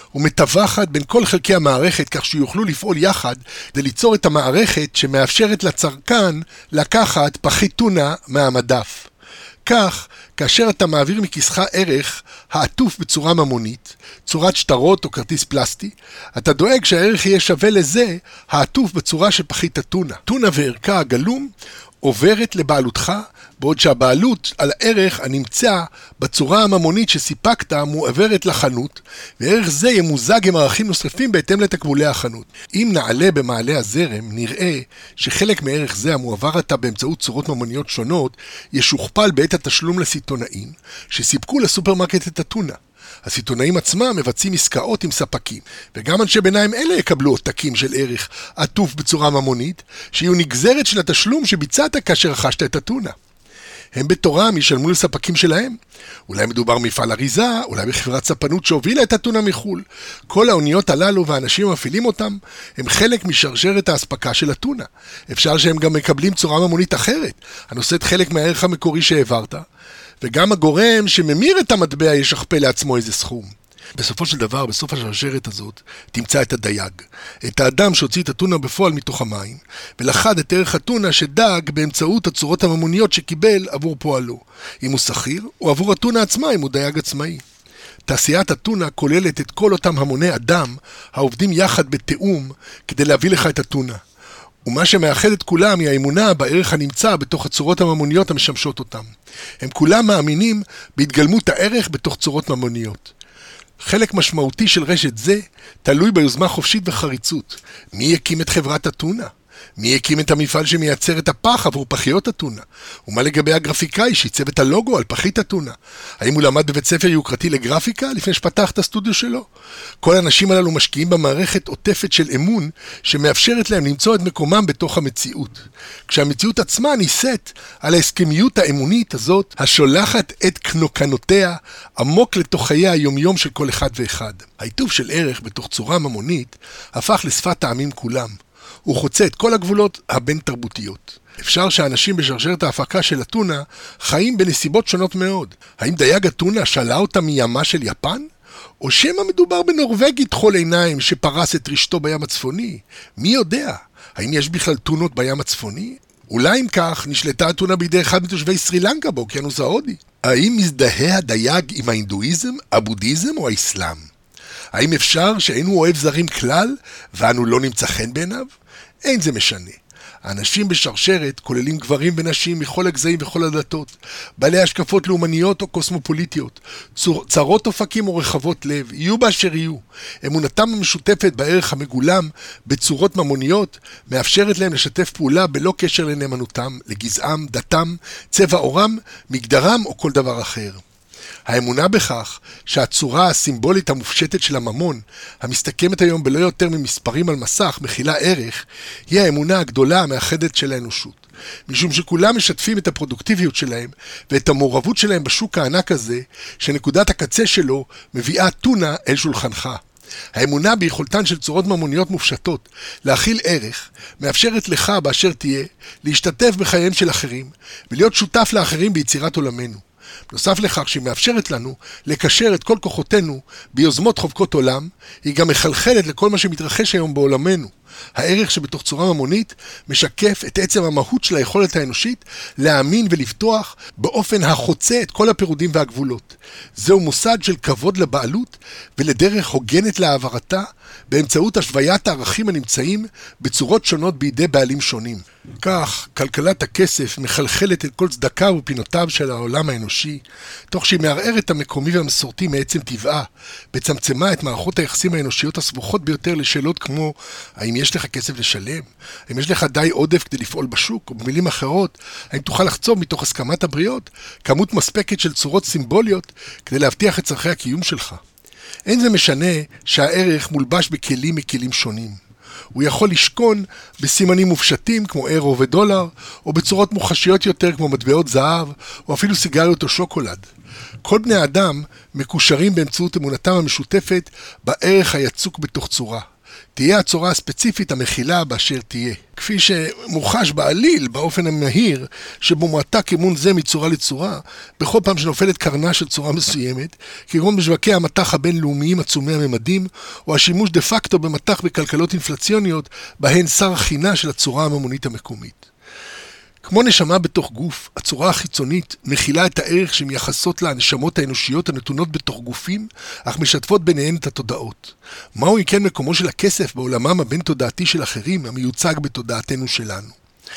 ומטווחת בין כל חלקי המערכת כך שיוכלו לפעול יחד כדי ליצור את המערכת שמאפשרת לצרכן לקחת פחית טונה מהמדף. כך, כאשר אתה מעביר מכיסך ערך העטוף בצורה ממונית, צורת שטרות או כרטיס פלסטי, אתה דואג שהערך יהיה שווה לזה העטוף בצורה של פחית הטונה. טונה וערכה הגלום עוברת לבעלותך, בעוד שהבעלות על הערך הנמצא בצורה הממונית שסיפקת מועברת לחנות, וערך זה ימוזג עם ערכים נוספים בהתאם לתקבולי החנות. אם נעלה במעלה הזרם, נראה שחלק מערך זה המועבר עתה באמצעות צורות ממוניות שונות, ישוכפל בעת התשלום לסיטונאים, שסיפקו לסופרמרקט את הטונה. הסיטונאים עצמם מבצעים עסקאות עם ספקים, וגם אנשי ביניים אלה יקבלו עותקים של ערך עטוף בצורה ממונית, שיהיו נגזרת של התשלום שביצעת כאשר רכשת את הטונה. הם בתורם ישלמו לספקים שלהם. אולי מדובר מפעל אריזה, אולי בחברת ספנות שהובילה את הטונה מחול. כל האוניות הללו והאנשים המפעילים אותם, הם חלק משרשרת האספקה של הטונה. אפשר שהם גם מקבלים צורה ממונית אחרת, הנושאת חלק מהערך המקורי שהעברת, וגם הגורם שממיר את המטבע ישכפל לעצמו איזה סכום. בסופו של דבר, בסוף השרשרת הזאת, תמצא את הדייג, את האדם שהוציא את הטונה בפועל מתוך המים, ולחד את ערך הטונה שדג באמצעות הצורות הממוניות שקיבל עבור פועלו, אם הוא שכיר, או עבור הטונה עצמה אם הוא דייג עצמאי. תעשיית הטונה כוללת את כל אותם המוני אדם העובדים יחד בתאום כדי להביא לך את הטונה. ומה שמאחד את כולם היא האמונה בערך הנמצא בתוך הצורות הממוניות המשמשות אותם. הם כולם מאמינים בהתגלמות הערך בתוך צורות ממוניות. חלק משמעותי של רשת זה תלוי ביוזמה חופשית וחריצות. מי יקים את חברת הטונה? מי יקים את המפעל שמייצר את הפח עבור פחיות הטונה? ומה לגבי הגרפיקאי שעיצב את הלוגו על פחית הטונה? האם הוא למד בבית ספר יוקרתי לגרפיקה לפני שפתח את הסטודיו שלו? כל האנשים הללו משקיעים במערכת עוטפת של אמון שמאפשרת להם למצוא את מקומם בתוך המציאות. כשהמציאות עצמה ניסית על ההסכמיות האמונית הזאת השולחת את קנוקנותיה עמוק לתוך חיי היומיום של כל אחד ואחד. העיטוף של ערך בתוך צורה ממונית הפך לשפת העמים כולם. הוא חוצה את כל הגבולות הבין תרבותיות. אפשר שהאנשים בשרשרת ההפקה של הטונה חיים בנסיבות שונות מאוד. האם דייג הטונה שלה אותה מימה של יפן? או שמא מדובר בנורווגי תחול עיניים שפרס את רשתו בים הצפוני? מי יודע? האם יש בכלל טונות בים הצפוני? אולי אם כך נשלטה הטונה בידי אחד מתושבי סרי לנקה באוקיינוס ההודי. האם מזדהה הדייג עם ההינדואיזם, הבודהיזם או האסלאם? האם אפשר שאינו אוהב זרים כלל ואנו לא נמצא חן בעיניו? אין זה משנה. האנשים בשרשרת כוללים גברים ונשים מכל הגזעים וכל הדתות, בעלי השקפות לאומניות או קוסמופוליטיות, צרות אופקים או רחבות לב, יהיו באשר יהיו. אמונתם המשותפת בערך המגולם בצורות ממוניות מאפשרת להם לשתף פעולה בלא קשר לנאמנותם, לגזעם, דתם, צבע עורם, מגדרם או כל דבר אחר. האמונה בכך שהצורה הסימבולית המופשטת של הממון, המסתכמת היום בלא יותר ממספרים על מסך, מכילה ערך, היא האמונה הגדולה המאחדת של האנושות. משום שכולם משתפים את הפרודוקטיביות שלהם ואת המעורבות שלהם בשוק הענק הזה, שנקודת הקצה שלו מביאה טונה אל שולחנך. האמונה ביכולתן של צורות ממוניות מופשטות להכיל ערך מאפשרת לך באשר תהיה להשתתף בחייהם של אחרים ולהיות שותף לאחרים ביצירת עולמנו. נוסף לכך שהיא מאפשרת לנו לקשר את כל כוחותינו ביוזמות חובקות עולם, היא גם מחלחלת לכל מה שמתרחש היום בעולמנו. הערך שבתוך צורה ממונית משקף את עצם המהות של היכולת האנושית להאמין ולפתוח באופן החוצה את כל הפירודים והגבולות. זהו מוסד של כבוד לבעלות ולדרך הוגנת להעברתה באמצעות השוויית הערכים הנמצאים בצורות שונות בידי בעלים שונים. כך, כלכלת הכסף מחלחלת את כל צדקה ופינותיו של העולם האנושי, תוך שהיא מערערת את המקומי והמסורתי מעצם טבעה, בצמצמה את מערכות היחסים האנושיות הסבוכות ביותר לשאלות כמו האם יש לך כסף לשלם? האם יש לך די עודף כדי לפעול בשוק? או במילים אחרות, האם תוכל לחצוב מתוך הסכמת הבריות כמות מספקת של צורות סימבוליות כדי להבטיח את צרכי הקיום שלך? אין זה משנה שהערך מולבש בכלים מכלים שונים. הוא יכול לשכון בסימנים מופשטים כמו אירו ודולר, או בצורות מוחשיות יותר כמו מטבעות זהב, או אפילו סיגריות או שוקולד. כל בני האדם מקושרים באמצעות אמונתם המשותפת בערך היצוק בתוך צורה. תהיה הצורה הספציפית המכילה באשר תהיה. כפי שמוחש בעליל באופן המהיר שבו מועתק אמון זה מצורה לצורה, בכל פעם שנופלת קרנה של צורה מסוימת, כגון בשווקי המתח הבינלאומיים עצומי הממדים, או השימוש דה פקטו במתח בכלכלות אינפלציוניות, בהן שר החינה של הצורה הממונית המקומית. כמו נשמה בתוך גוף, הצורה החיצונית מכילה את הערך שמייחסות לה הנשמות האנושיות הנתונות בתוך גופים, אך משתפות ביניהן את התודעות. מהו כן מקומו של הכסף בעולמם הבין תודעתי של אחרים, המיוצג בתודעתנו שלנו?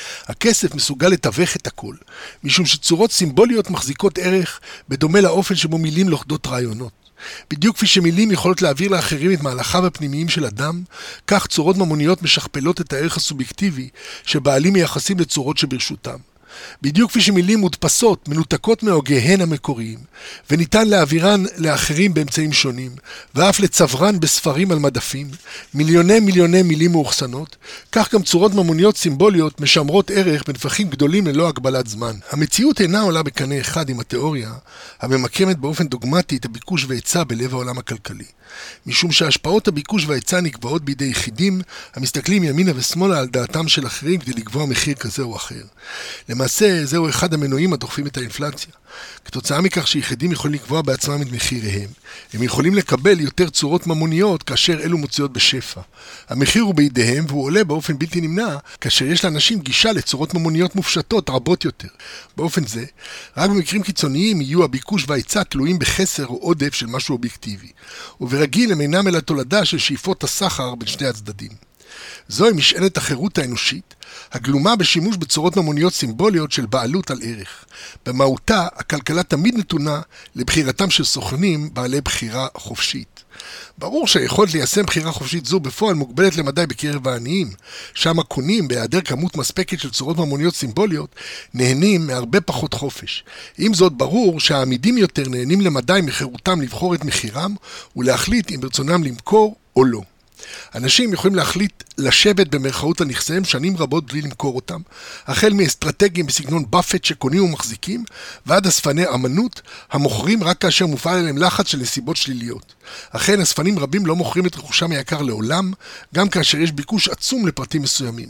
הכסף מסוגל לתווך את הכל, משום שצורות סימבוליות מחזיקות ערך בדומה לאופן שבו מילים לוכדות רעיונות. בדיוק כפי שמילים יכולות להעביר לאחרים את מהלכיו הפנימיים של אדם, כך צורות ממוניות משכפלות את הערך הסובייקטיבי שבעלים מייחסים לצורות שברשותם. בדיוק כפי שמילים מודפסות, מנותקות מהוגהן המקוריים, וניתן להעבירן לאחרים באמצעים שונים, ואף לצברן בספרים על מדפים, מיליוני מילים מאוחסנות, כך גם צורות ממוניות סימבוליות משמרות ערך בנפחים גדולים ללא הגבלת זמן. המציאות אינה עולה בקנה אחד עם התיאוריה, הממקמת באופן דוגמטי את הביקוש והיצע בלב העולם הכלכלי. משום שהשפעות הביקוש וההיצע נקבעות בידי יחידים המסתכלים ימינה ושמאלה על דעתם של אחרים כדי לקבוע מחיר כזה או אחר. למעשה, זהו אחד המנועים הדוחפים את האינפלציה. כתוצאה מכך שיחידים יכולים לקבוע בעצמם את מחיריהם, הם יכולים לקבל יותר צורות ממוניות כאשר אלו מוציאות בשפע. המחיר הוא בידיהם והוא עולה באופן בלתי נמנע כאשר יש לאנשים גישה לצורות ממוניות מופשטות רבות יותר. באופן זה, רק במקרים קיצוניים יהיו הביקוש וההיצע תלויים בחסר או עודף של משהו אובייקטיבי, וברגיל הם אינם אלא תולדה של שאיפות הסחר בין שני הצדדים. זוהי משענת החירות האנושית, הגלומה בשימוש בצורות ממוניות סימבוליות של בעלות על ערך. במהותה, הכלכלה תמיד נתונה לבחירתם של סוכנים בעלי בחירה חופשית. ברור שהיכולת ליישם בחירה חופשית זו בפועל מוגבלת למדי בקרב העניים, שם הקונים, בהיעדר כמות מספקת של צורות ממוניות סימבוליות, נהנים מהרבה פחות חופש. עם זאת, ברור שהעמידים יותר נהנים למדי מחירותם לבחור את מחירם ולהחליט אם ברצונם למכור או לא. אנשים יכולים להחליט לשבת במרכאות הנכסיהם שנים רבות בלי למכור אותם, החל מאסטרטגיים בסגנון באפט שקונים ומחזיקים, ועד אספני אמנות המוכרים רק כאשר מופעל עליהם לחץ של נסיבות שליליות. אכן, אספנים רבים לא מוכרים את רכושם היקר לעולם, גם כאשר יש ביקוש עצום לפרטים מסוימים.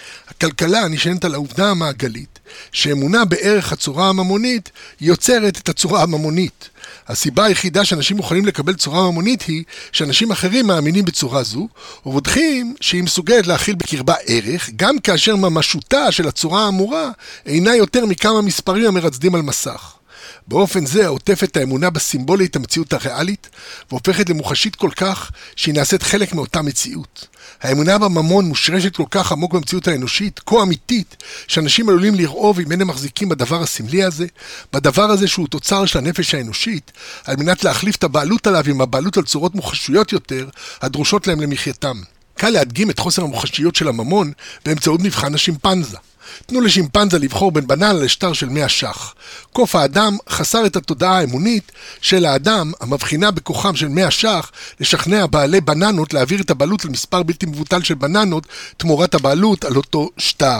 הכלכלה נשענת על העובדה המעגלית, שאמונה בערך הצורה הממונית יוצרת את הצורה הממונית. הסיבה היחידה שאנשים מוכנים לקבל צורה ממונית היא שאנשים אחרים מאמינים בצורה זו, ובודחים שהיא מסוגלת להכיל בקרבה ערך, גם כאשר ממשותה של הצורה האמורה אינה יותר מכמה מספרים המרצדים על מסך. באופן זה עוטפת האמונה בסימבולית המציאות הריאלית, והופכת למוחשית כל כך שהיא נעשית חלק מאותה מציאות. האמונה בממון מושרשת כל כך עמוק במציאות האנושית, כה אמיתית, שאנשים עלולים לרעוב אם הם מחזיקים בדבר הסמלי הזה, בדבר הזה שהוא תוצר של הנפש האנושית, על מנת להחליף את הבעלות עליו עם הבעלות על צורות מוחשיות יותר, הדרושות להם למחייתם. קל להדגים את חוסר המוחשיות של הממון באמצעות מבחן השימפנזה. תנו לשימפנזה לבחור בין בננה לשטר של 100 ש"ח. קוף האדם חסר את התודעה האמונית של האדם המבחינה בכוחם של 100 ש"ח לשכנע בעלי בננות להעביר את הבעלות למספר בלתי מבוטל של בננות תמורת הבעלות על אותו שטר.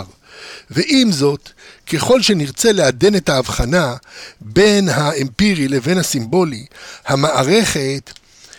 ועם זאת, ככל שנרצה לעדן את ההבחנה בין האמפירי לבין הסימבולי, המערכת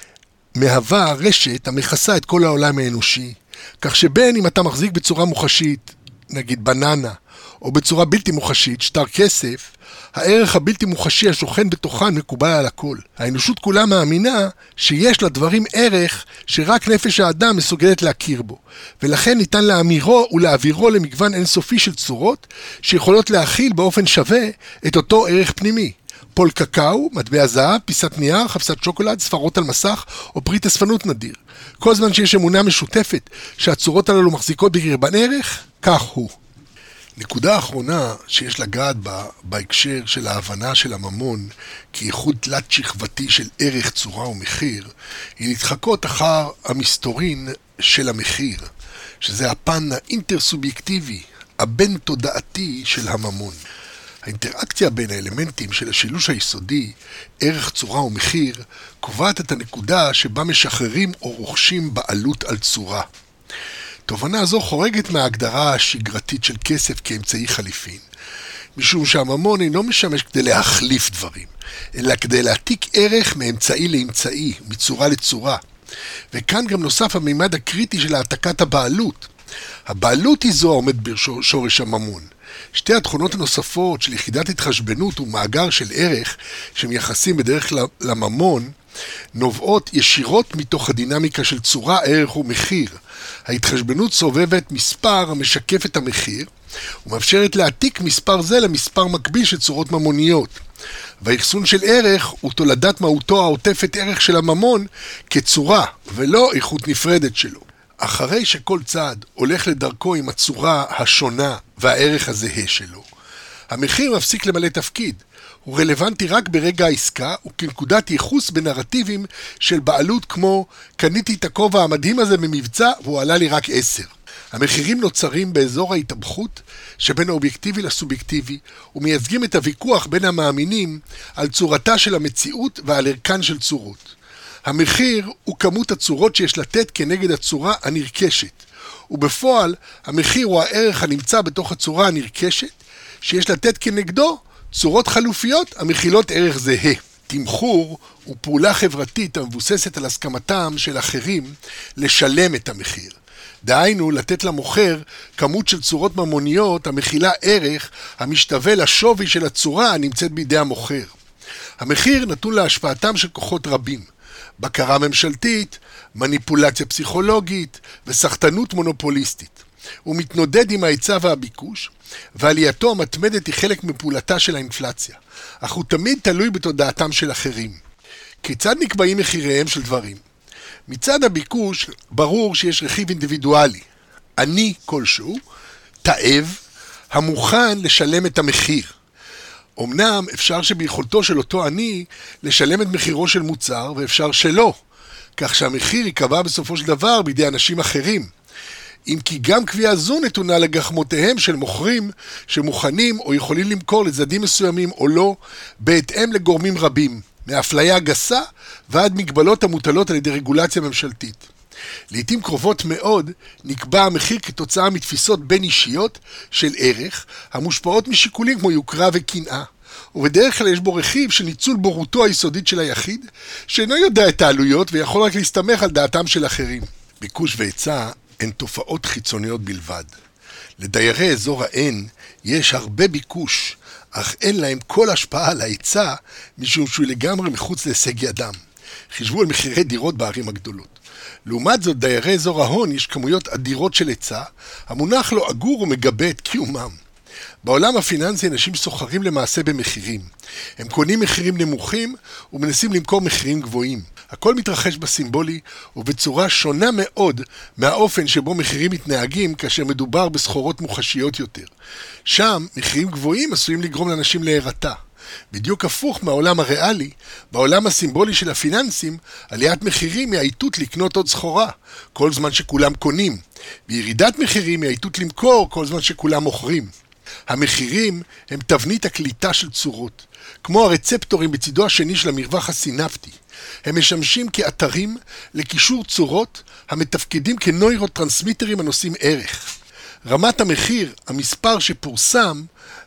מהווה רשת המכסה את כל העולם האנושי, כך שבין אם אתה מחזיק בצורה מוחשית, נגיד בננה, או בצורה בלתי מוחשית, שטר כסף, הערך הבלתי מוחשי השוכן בתוכן מקובל על הכל. האנושות כולה מאמינה שיש לדברים ערך שרק נפש האדם מסוגלת להכיר בו, ולכן ניתן להאמירו ולהעבירו למגוון אינסופי של צורות שיכולות להכיל באופן שווה את אותו ערך פנימי. פול קקאו, מטבע זהב, פיסת נייר, חפסת שוקולד, ספרות על מסך או פריט אספנות נדיר. כל זמן שיש אמונה משותפת שהצורות הללו מחזיקות בקרבן ערך, כך הוא. נקודה האחרונה שיש לגעת בה בהקשר של ההבנה של הממון כייחוד תלת שכבתי של ערך, צורה ומחיר, היא להתחקות אחר המסתורין של המחיר, שזה הפן האינטרסובייקטיבי, הבין תודעתי של הממון. האינטראקציה בין האלמנטים של השילוש היסודי, ערך, צורה ומחיר, קובעת את הנקודה שבה משחררים או רוכשים בעלות על צורה. תובנה זו חורגת מההגדרה השגרתית של כסף כאמצעי חליפין, משום שהממון אינו משמש כדי להחליף דברים, אלא כדי להעתיק ערך מאמצעי לאמצעי, מצורה לצורה. וכאן גם נוסף המימד הקריטי של העתקת הבעלות. הבעלות היא זו העומד בשורש הממון. שתי התכונות הנוספות של יחידת התחשבנות ומאגר של ערך שמייחסים בדרך לממון נובעות ישירות מתוך הדינמיקה של צורה, ערך ומחיר. ההתחשבנות סובבת מספר המשקף את המחיר ומאפשרת להעתיק מספר זה למספר מקביל של צורות ממוניות. והאחסון של ערך הוא תולדת מהותו העוטפת ערך של הממון כצורה ולא איכות נפרדת שלו. אחרי שכל צד הולך לדרכו עם הצורה השונה והערך הזהה שלו, המחיר מפסיק למלא תפקיד. הוא רלוונטי רק ברגע העסקה וכנקודת ייחוס בנרטיבים של בעלות כמו קניתי את הכובע המדהים הזה במבצע והוא עלה לי רק 10. המחירים נוצרים באזור ההתאבכות שבין האובייקטיבי לסובייקטיבי ומייצגים את הוויכוח בין המאמינים על צורתה של המציאות ועל ערכן של צורות. המחיר הוא כמות הצורות שיש לתת כנגד הצורה הנרכשת, ובפועל המחיר הוא הערך הנמצא בתוך הצורה הנרכשת שיש לתת כנגדו צורות חלופיות המכילות ערך זהה. תמחור הוא פעולה חברתית המבוססת על הסכמתם של אחרים לשלם את המחיר. דהיינו, לתת למוכר כמות של צורות ממוניות המכילה ערך המשתווה לשווי של הצורה הנמצאת בידי המוכר. המחיר נתון להשפעתם של כוחות רבים, בקרה ממשלתית, מניפולציה פסיכולוגית וסחטנות מונופוליסטית. הוא מתנודד עם ההיצע והביקוש, ועלייתו המתמדת היא חלק מפעולתה של האינפלציה, אך הוא תמיד תלוי בתודעתם של אחרים. כיצד נקבעים מחיריהם של דברים? מצד הביקוש ברור שיש רכיב אינדיבידואלי, אני כלשהו, תאב, המוכן לשלם את המחיר. אמנם אפשר שביכולתו של אותו אני לשלם את מחירו של מוצר ואפשר שלא, כך שהמחיר ייקבע בסופו של דבר בידי אנשים אחרים. אם כי גם קביעה זו נתונה לגחמותיהם של מוכרים שמוכנים או יכולים למכור לצדדים מסוימים או לא, בהתאם לגורמים רבים, מאפליה גסה ועד מגבלות המוטלות על ידי רגולציה ממשלתית. לעתים קרובות מאוד נקבע המחיר כתוצאה מתפיסות בין אישיות של ערך המושפעות משיקולים כמו יוקרה וקנאה, ובדרך כלל יש בו רכיב של ניצול בורותו היסודית של היחיד שאינו יודע את העלויות ויכול רק להסתמך על דעתם של אחרים. ביקוש והיצע הן תופעות חיצוניות בלבד. לדיירי אזור ה-N יש הרבה ביקוש, אך אין להם כל השפעה על ההיצע משום שהוא לגמרי מחוץ להישג ידם. חישבו על מחירי דירות בערים הגדולות. לעומת זאת, דיירי אזור ההון יש כמויות אדירות של היצע, המונח לו אגור ומגבה את קיומם. בעולם הפיננסי אנשים סוחרים למעשה במחירים. הם קונים מחירים נמוכים ומנסים למכור מחירים גבוהים. הכל מתרחש בסימבולי ובצורה שונה מאוד מהאופן שבו מחירים מתנהגים כאשר מדובר בסחורות מוחשיות יותר. שם מחירים גבוהים עשויים לגרום לאנשים להירתע. בדיוק הפוך מהעולם הריאלי, בעולם הסימבולי של הפיננסים, עליית מחירים היא העיתות לקנות עוד סחורה, כל זמן שכולם קונים. בירידת מחירים היא העיתות למכור כל זמן שכולם מוכרים. המחירים הם תבנית הקליטה של צורות, כמו הרצפטורים בצידו השני של המרווח הסינפטי. הם משמשים כאתרים לקישור צורות המתפקדים כנוירוטרנסמיטרים הנושאים ערך. רמת המחיר, המספר שפורסם,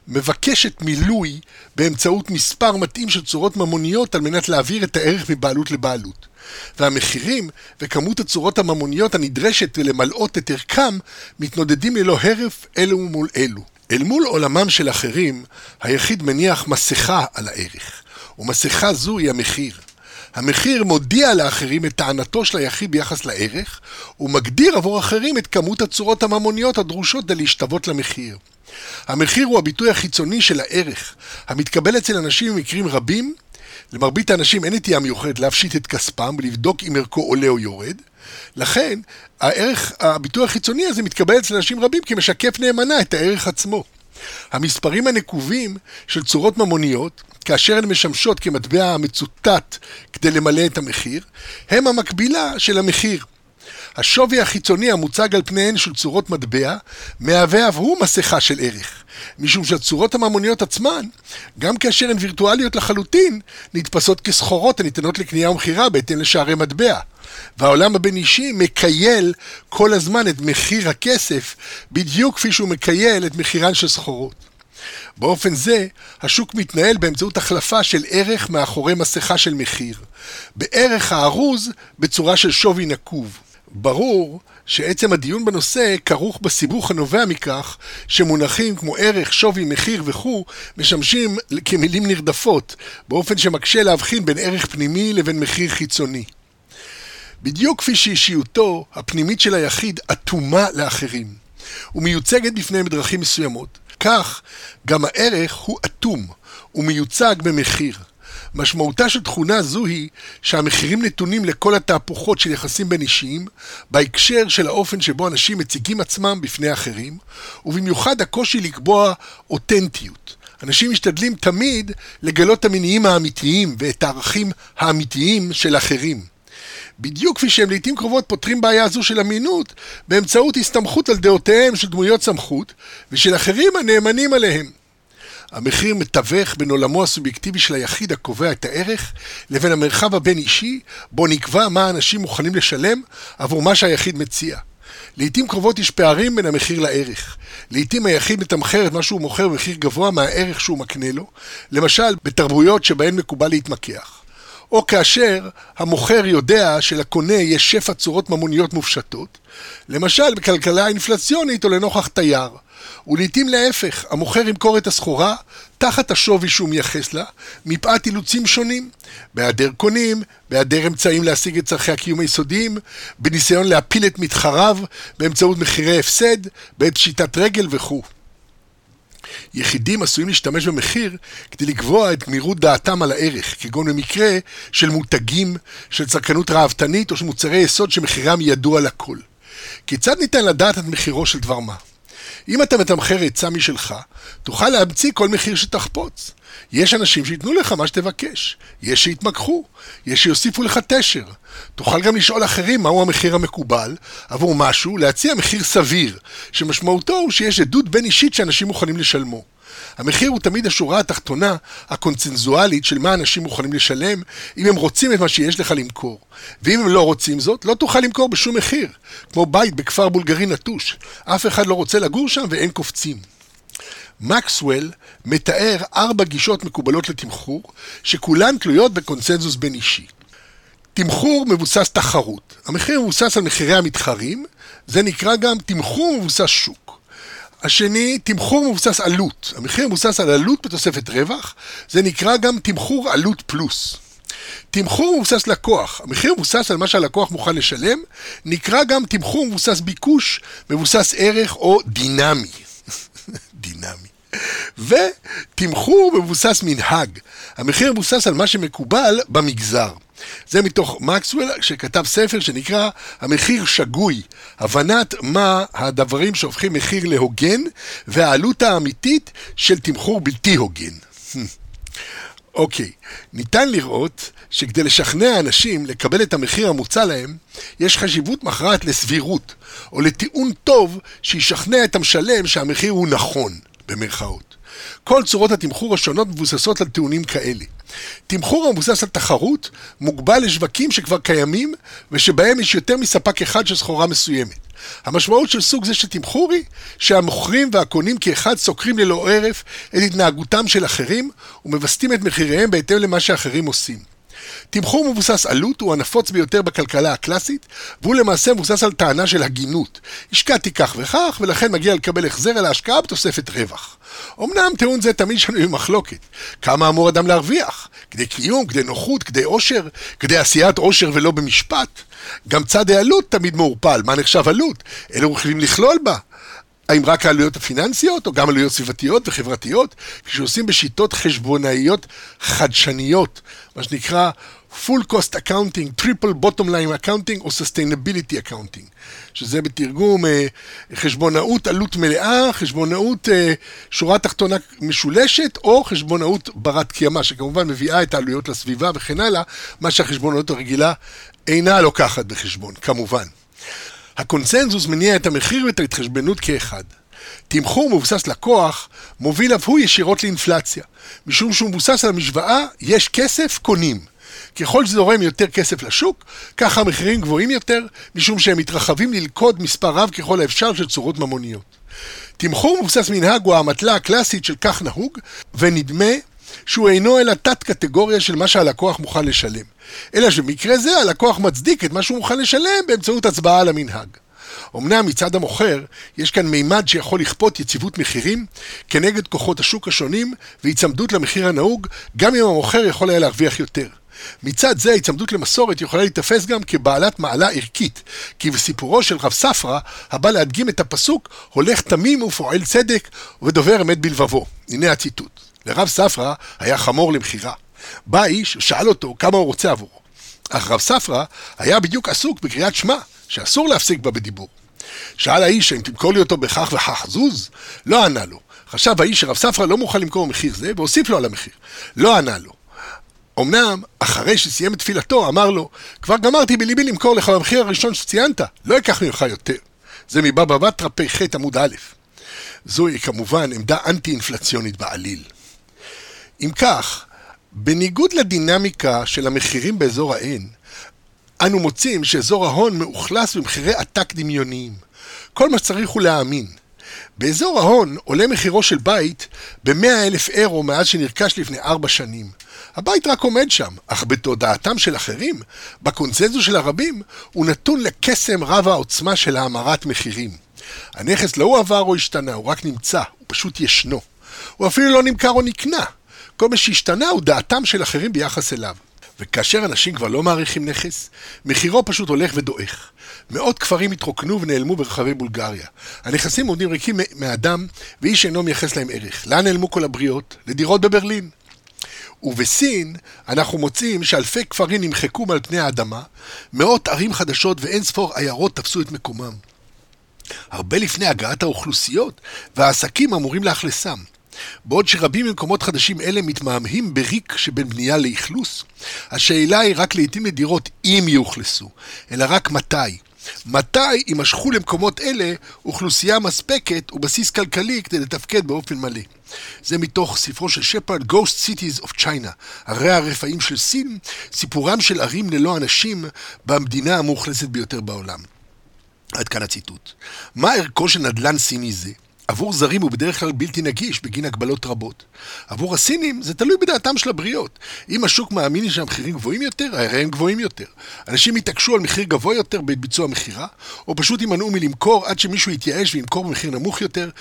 מבקשת מילוי באמצעות מספר מתאים של צורות ממוניות על מנת להעביר את הערך מבעלות לבעלות. והמחירים וכמות הצורות הממוניות הנדרשת למלאות את ערכם מתנודדים ללא הרף אלו מול אלו. אל מול עולמם של אחרים, היחיד מניח מסכה על הערך, ומסכה זו היא המחיר. המחיר מודיע לאחרים את טענתו של היחיד ביחס לערך, ומגדיר עבור אחרים את כמות הצורות הממוניות הדרושות כדי להשתוות למחיר. המחיר הוא הביטוי החיצוני של הערך, המתקבל אצל אנשים במקרים רבים. למרבית האנשים אין נטייה מיוחדת להפשיט את כספם ולבדוק אם ערכו עולה או יורד. לכן, הביטוי החיצוני הזה מתקבל אצל אנשים רבים כמשקף נאמנה את הערך עצמו. המספרים הנקובים של צורות ממוניות, כאשר הן משמשות כמטבע מצוטט כדי למלא את המחיר, הם המקבילה של המחיר. השווי החיצוני המוצג על פניהן של צורות מטבע מהווה אף הוא מסכה של ערך, משום שהצורות הממוניות עצמן, גם כאשר הן וירטואליות לחלוטין, נתפסות כסחורות הניתנות לקנייה ומחירה בהתאם לשערי מטבע. והעולם הבין אישי מקייל כל הזמן את מחיר הכסף, בדיוק כפי שהוא מקייל את מחירן של סחורות. באופן זה, השוק מתנהל באמצעות החלפה של ערך מאחורי מסכה של מחיר, בערך הארוז בצורה של שווי נקוב. ברור שעצם הדיון בנושא כרוך בסיבוך הנובע מכך שמונחים כמו ערך, שווי, מחיר וכו' משמשים כמילים נרדפות, באופן שמקשה להבחין בין ערך פנימי לבין מחיר חיצוני. בדיוק כפי שאישיותו הפנימית של היחיד אטומה לאחרים, ומיוצגת בפניהם בדרכים מסוימות, כך גם הערך הוא אטום ומיוצג במחיר. משמעותה של תכונה זו היא שהמחירים נתונים לכל התהפוכות של יחסים בין אישיים, בהקשר של האופן שבו אנשים מציגים עצמם בפני אחרים, ובמיוחד הקושי לקבוע אותנטיות. אנשים משתדלים תמיד לגלות את המניעים האמיתיים ואת הערכים האמיתיים של אחרים. בדיוק כפי שהם לעתים קרובות פותרים בעיה זו של אמינות באמצעות הסתמכות על דעותיהם של דמויות סמכות ושל אחרים הנאמנים עליהם. המחיר מתווך בין עולמו הסובייקטיבי של היחיד הקובע את הערך לבין המרחב הבין אישי בו נקבע מה אנשים מוכנים לשלם עבור מה שהיחיד מציע. לעתים קרובות יש פערים בין המחיר לערך. לעתים היחיד מתמחר את מה שהוא מוכר במחיר גבוה מהערך שהוא מקנה לו, למשל בתרבויות שבהן מקובל להתמקח. או כאשר המוכר יודע שלקונה יש שפע צורות ממוניות מופשטות, למשל בכלכלה אינפלציונית או לנוכח תייר. ולעיתים להפך, המוכר ימכור את הסחורה תחת השווי שהוא מייחס לה, מפאת אילוצים שונים, בהיעדר קונים, בהיעדר אמצעים להשיג את צרכי הקיום היסודיים, בניסיון להפיל את מתחריו באמצעות מחירי הפסד, בעת פשיטת רגל וכו'. יחידים עשויים להשתמש במחיר כדי לקבוע את גמירות דעתם על הערך, כגון במקרה של מותגים, של צרכנות ראוותנית או של מוצרי יסוד שמחירם ידוע לכל. כיצד ניתן לדעת את מחירו של דבר מה? אם אתה מתמחר היצע משלך, תוכל להמציא כל מחיר שתחפוץ. יש אנשים שיתנו לך מה שתבקש, יש שיתמקחו, יש שיוסיפו לך תשר. תוכל גם לשאול אחרים מהו המחיר המקובל, עבור משהו להציע מחיר סביר, שמשמעותו הוא שיש עדות בין אישית שאנשים מוכנים לשלמו. המחיר הוא תמיד השורה התחתונה הקונצנזואלית של מה אנשים מוכנים לשלם אם הם רוצים את מה שיש לך למכור. ואם הם לא רוצים זאת, לא תוכל למכור בשום מחיר, כמו בית בכפר בולגרי נטוש. אף אחד לא רוצה לגור שם ואין קופצים. מקסוול מתאר 4 גישות מקובלות לתמחור, שכולן תלויות בקונצנזוס בין אישי. תמחור מבוסס תחרות. המחיר מבוסס על מחירי המתחרים, זה נקרא גם תמחור מבוסס שוק. השני, תמחור מבוסס עלות. המחיר מבוסס על עלות בתוספת רווח, זה נקרא גם תמחור עלות פלוס. תמחור מבוסס לקוח. המחיר מבוסס על מה שהלקוח מוכן לשלם, נקרא גם תמחור מבוסס ביקוש, מבוסס ערך או דינמי. דינמי. ותמחור מבוסס מנהג. המחיר מבוסס על מה שמקובל במגזר. זה מתוך מקסוול שכתב ספר שנקרא המחיר שגוי, הבנת מה הדברים שהופכים מחיר להוגן והעלות האמיתית של תמחור בלתי הוגן. אוקיי, ניתן לראות שכדי לשכנע אנשים לקבל את המחיר המוצע להם, יש חשיבות מכרעת לסבירות, או לטיעון טוב שישכנע את המשלם שהמחיר הוא נכון, במרכאות. כל צורות התמחור השונות מבוססות על טיעונים כאלה. תמחור המבוסס על תחרות מוגבל לשווקים שכבר קיימים ושבהם יש יותר מספק אחד של סחורה מסוימת. המשמעות של סוג זה של תמחור היא שהמוכרים והקונים כאחד סוקרים ללא ערף את התנהגותם של אחרים ומווסתים את מחיריהם בהתאם למה שאחרים עושים. תמחור מבוסס עלות הוא הנפוץ ביותר בכלכלה הקלאסית, והוא למעשה מבוסס על טענה של הגינות. השקעתי כך וכך, ולכן מגיע לקבל החזר על ההשקעה בתוספת רווח. אמנם טיעון זה תמיד שנוי במחלוקת. כמה אמור אדם להרוויח? כדי קיום, כדי נוחות, כדי עושר, כדי עשיית עושר ולא במשפט. גם צד העלות תמיד מעורפל. מה נחשב עלות? אלו יכולים לכלול בה. האם רק העלויות הפיננסיות, או גם עלויות סביבתיות וחברתיות, כשעושים בשיטות חשבונאיות חדשניות, מה שנקרא full cost accounting, triple bottom line accounting, או sustainability accounting, שזה בתרגום חשבונאות עלות מלאה, חשבונאות שורה תחתונה משולשת, או חשבונאות ברת קיימא, שכמובן מביאה את העלויות לסביבה וכן הלאה, מה שהחשבונאות הרגילה אינה לוקחת בחשבון, כמובן. הקונצנזוס מניע את המחיר ואת ההתחשבנות כאחד. תמחור מבוסס לקוח מוביל אף הוא ישירות לאינפלציה, משום שהוא מבוסס על המשוואה יש כסף קונים. ככל שזורם יותר כסף לשוק, ככה המחירים גבוהים יותר, משום שהם מתרחבים ללכוד מספר רב ככל האפשר של צורות ממוניות. תמחור מבוסס מנהג הוא האמתלה הקלאסית של כך נהוג, ונדמה שהוא אינו אלא תת קטגוריה של מה שהלקוח מוכן לשלם. אלא שבמקרה זה הלקוח מצדיק את מה שהוא מוכן לשלם באמצעות הצבעה על המנהג. אמנם מצד המוכר יש כאן מימד שיכול לכפות יציבות מחירים כנגד כוחות השוק השונים והצמדות למחיר הנהוג, גם אם המוכר יכול היה להרוויח יותר. מצד זה ההצמדות למסורת יכולה להתאפס גם כבעלת מעלה ערכית, כי בסיפורו של רב ספרא הבא להדגים את הפסוק הולך תמים ופועל צדק ודובר אמת בלבבו. הנה הציטוט. לרב ספרא היה חמור למחירה. בא איש ושאל אותו כמה הוא רוצה עבורו. אך רב ספרא היה בדיוק עסוק בקריאת שמע, שאסור להפסיק בה בדיבור. שאל האיש אם תמכור לי אותו בכך וכך זוז? לא ענה לו. חשב האיש שרב ספרא לא מוכן למכור מחיר זה והוסיף לו על המחיר. לא ענה לו. אמנם, אחרי שסיים את תפילתו, אמר לו, כבר גמרתי בליבי למכור לך במחיר הראשון שציינת, לא אקח ממך יותר. זה מבבא בתרא פ"ח עמוד א'. זוהי כמובן עמדה אנטי-אינפלציונית בעליל. אם כך, בניגוד לדינמיקה של המחירים באזור העין, אנו מוצאים שאזור ההון מאוכלס במחירי עתק דמיוניים. כל מה שצריך הוא להאמין. באזור ההון עולה מחירו של בית ב-100,000 אירו מאז שנרכש לפני 4 שנים. הבית רק עומד שם, אך בתודעתם של אחרים, בקונצנזוס של הרבים, הוא נתון לקסם רב העוצמה של האמרת מחירים. הנכס לא עבר או השתנה, הוא רק נמצא, הוא פשוט ישנו. הוא אפילו לא נמכר או נקנה. כל מה שהשתנה הוא דעתם של אחרים ביחס אליו. וכאשר אנשים כבר לא מעריכים נכס, מחירו פשוט הולך ודועך. מאות כפרים התרוקנו ונעלמו ברחבי בולגריה. הנכסים עומדים ריקים מאדם, ואיש אינו מייחס להם ערך. לאן נעלמו כל הבריות? לדירות בברלין. ובסין אנחנו מוצאים שאלפי כפרים נמחקו מעל פני האדמה, מאות ערים חדשות ואין ספור עיירות תפסו את מקומם. הרבה לפני הגעת האוכלוסיות והעסקים אמורים לאכלסם. בעוד שרבים ממקומות חדשים אלה מתמהמהים בריק שבין בנייה לאכלוס, השאלה היא רק לעתים נדירות אם יאוכלסו, אלא רק מתי. מתי יימשכו למקומות אלה אוכלוסייה מספקת ובסיס כלכלי כדי לתפקד באופן מלא. זה מתוך ספרו של שפרד, Ghost Cities of China, ערי הרפאים של סין, סיפורם של ערים ללא אנשים במדינה המאוכלסת ביותר בעולם. עד כאן הציטוט. מה ערכו של נדל"ן סיני זה? עבור זרים הוא בדרך כלל בלתי נגיש בגין הגבלות רבות. עבור הסינים זה תלוי בדעתם של הבריות. אם השוק מאמין שהמחירים גבוהים יותר, הרי הם גבוהים יותר. אנשים יתעקשו על מחיר גבוה יותר בביצוע מחירה, או פשוט יימנעו מלמכור עד שמישהו יתייאש וימכור במחיר נמוך יותר,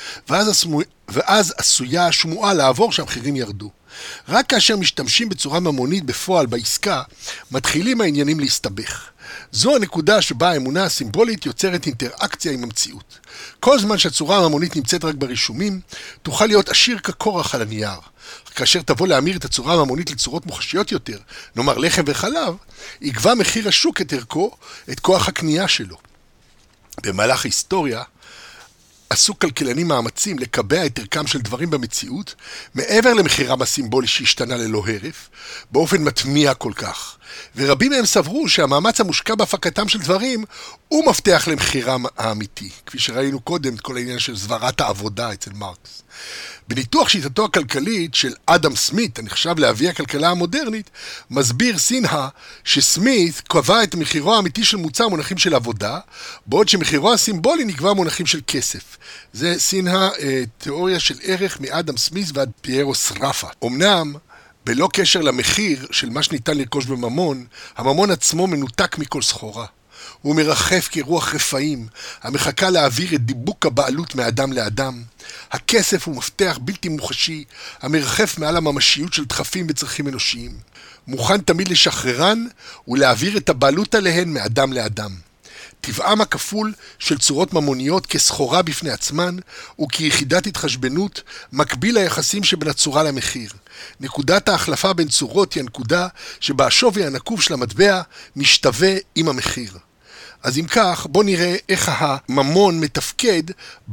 ואז עשויה השמועה לעבור שהמחירים ירדו. רק כאשר משתמשים בצורה ממונית בפועל בעסקה, מתחילים העניינים להסתבך. זו הנקודה שבה האמונה הסימבולית יוצרת אינטראקציה עם המציאות. כל זמן שהצורה הממונית נמצאת רק ברישומים, תוכל להיות עשיר כקורח על הנייר. כאשר תבוא להמיר את הצורה הממונית לצורות מוחשיות יותר, נאמר לחם וחלב, יקבע מחיר השוק את ערכו, את כוח הקנייה שלו. במהלך ההיסטוריה, עשו כלכלנים מאמצים לקבע את ערכם של דברים במציאות, מעבר למחירם הסימבולי שהשתנה ללא הרף, באופן מטמיע כל כך. ורבים מהם סברו שהמאמץ המושקע בהפקתם של דברים הוא מפתח למחירם האמיתי, כפי שראינו קודם את כל העניין של זוורת העבודה אצל מרקס. בניתוח שיטתו הכלכלית של אדם סמית, הנחשב לאבי הכלכלה המודרנית, מסביר סינהה שסמית קבע את מחירו האמיתי של מוצר מונחים של עבודה, בעוד שמחירו הסימבולי נקבע מונחים של כסף. זה סינהה תיאוריה של ערך מאדם סמית ועד פיירו סרפה. אמנם, בלא קשר למחיר של מה שניתן לרכוש בממון, הממון עצמו מנותק מכל סחורה. הוא מרחף כרוח רפאים, המחכה להעביר את דיבוק הבעלות מאדם לאדם. הכסף הוא מפתח בלתי מוחשי, המרחף מעל הממשיות של דחפים וצרכים אנושיים. מוכן תמיד לשחררן ולהעביר את הבעלות עליהן מאדם לאדם. טבעם הכפול של צורות ממוניות כסחורה בפני עצמן, וכיחידת התחשבנות מקביל ליחסים שבין הצורה למחיר. נקודת ההחלפה בין צורות היא הנקודה שבה השווי הנקוב של המטבע משתווה עם המחיר. אז אם כך, בוא נראה איך הממון מתפקד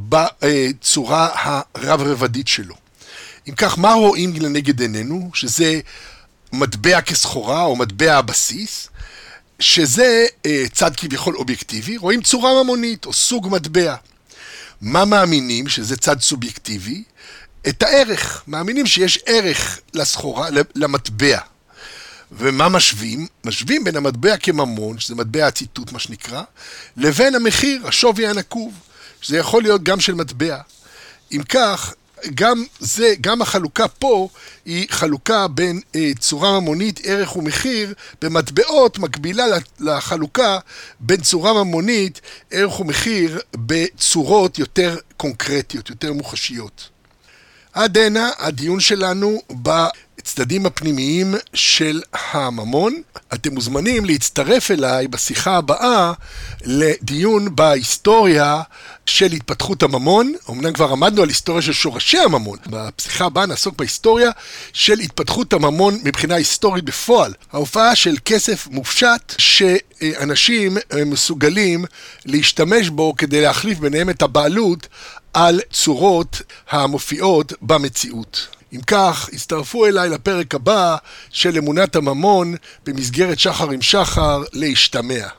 בצורה הרב-רבדית שלו. אם כך, מה רואים לנגד עינינו? שזה מטבע כסחורה או מטבע הבסיס, שזה צד כביכול אובייקטיבי, רואים צורה ממונית או סוג מטבע. מה מאמינים שזה צד סובייקטיבי? את הערך. מאמינים שיש ערך לסחורה, למטבע. ומה משווים? משווים בין המטבע כממון, שזה מטבע הציטוט מה שנקרא, לבין המחיר, השווי הנקוב, שזה יכול להיות גם של מטבע. אם כך, גם החלוקה פה היא חלוקה בין צורה ממונית, ערך ומחיר, במטבעות מקבילה לחלוקה בין צורה ממונית, ערך ומחיר, בצורות יותר קונקרטיות, יותר מוחשיות. עד הנה הדיון שלנו בצדדים הפנימיים של הממון. אתם מוזמנים להצטרף אליי בשיחה הבאה לדיון בהיסטוריה של התפתחות הממון. אמנם כבר עמדנו על היסטוריה של שורשי הממון. בשיחה הבאה נעסוק בהיסטוריה של התפתחות הממון מבחינה היסטורית בפועל. ההופעה של כסף מופשט שאנשים מסוגלים להשתמש בו כדי להחליף ביניהם את הבעלות על צורות המופיעות במציאות. אם כך, הצטרפו אליי לפרק הבא של אמונת הממון במסגרת שחר עם שחר להשתמע.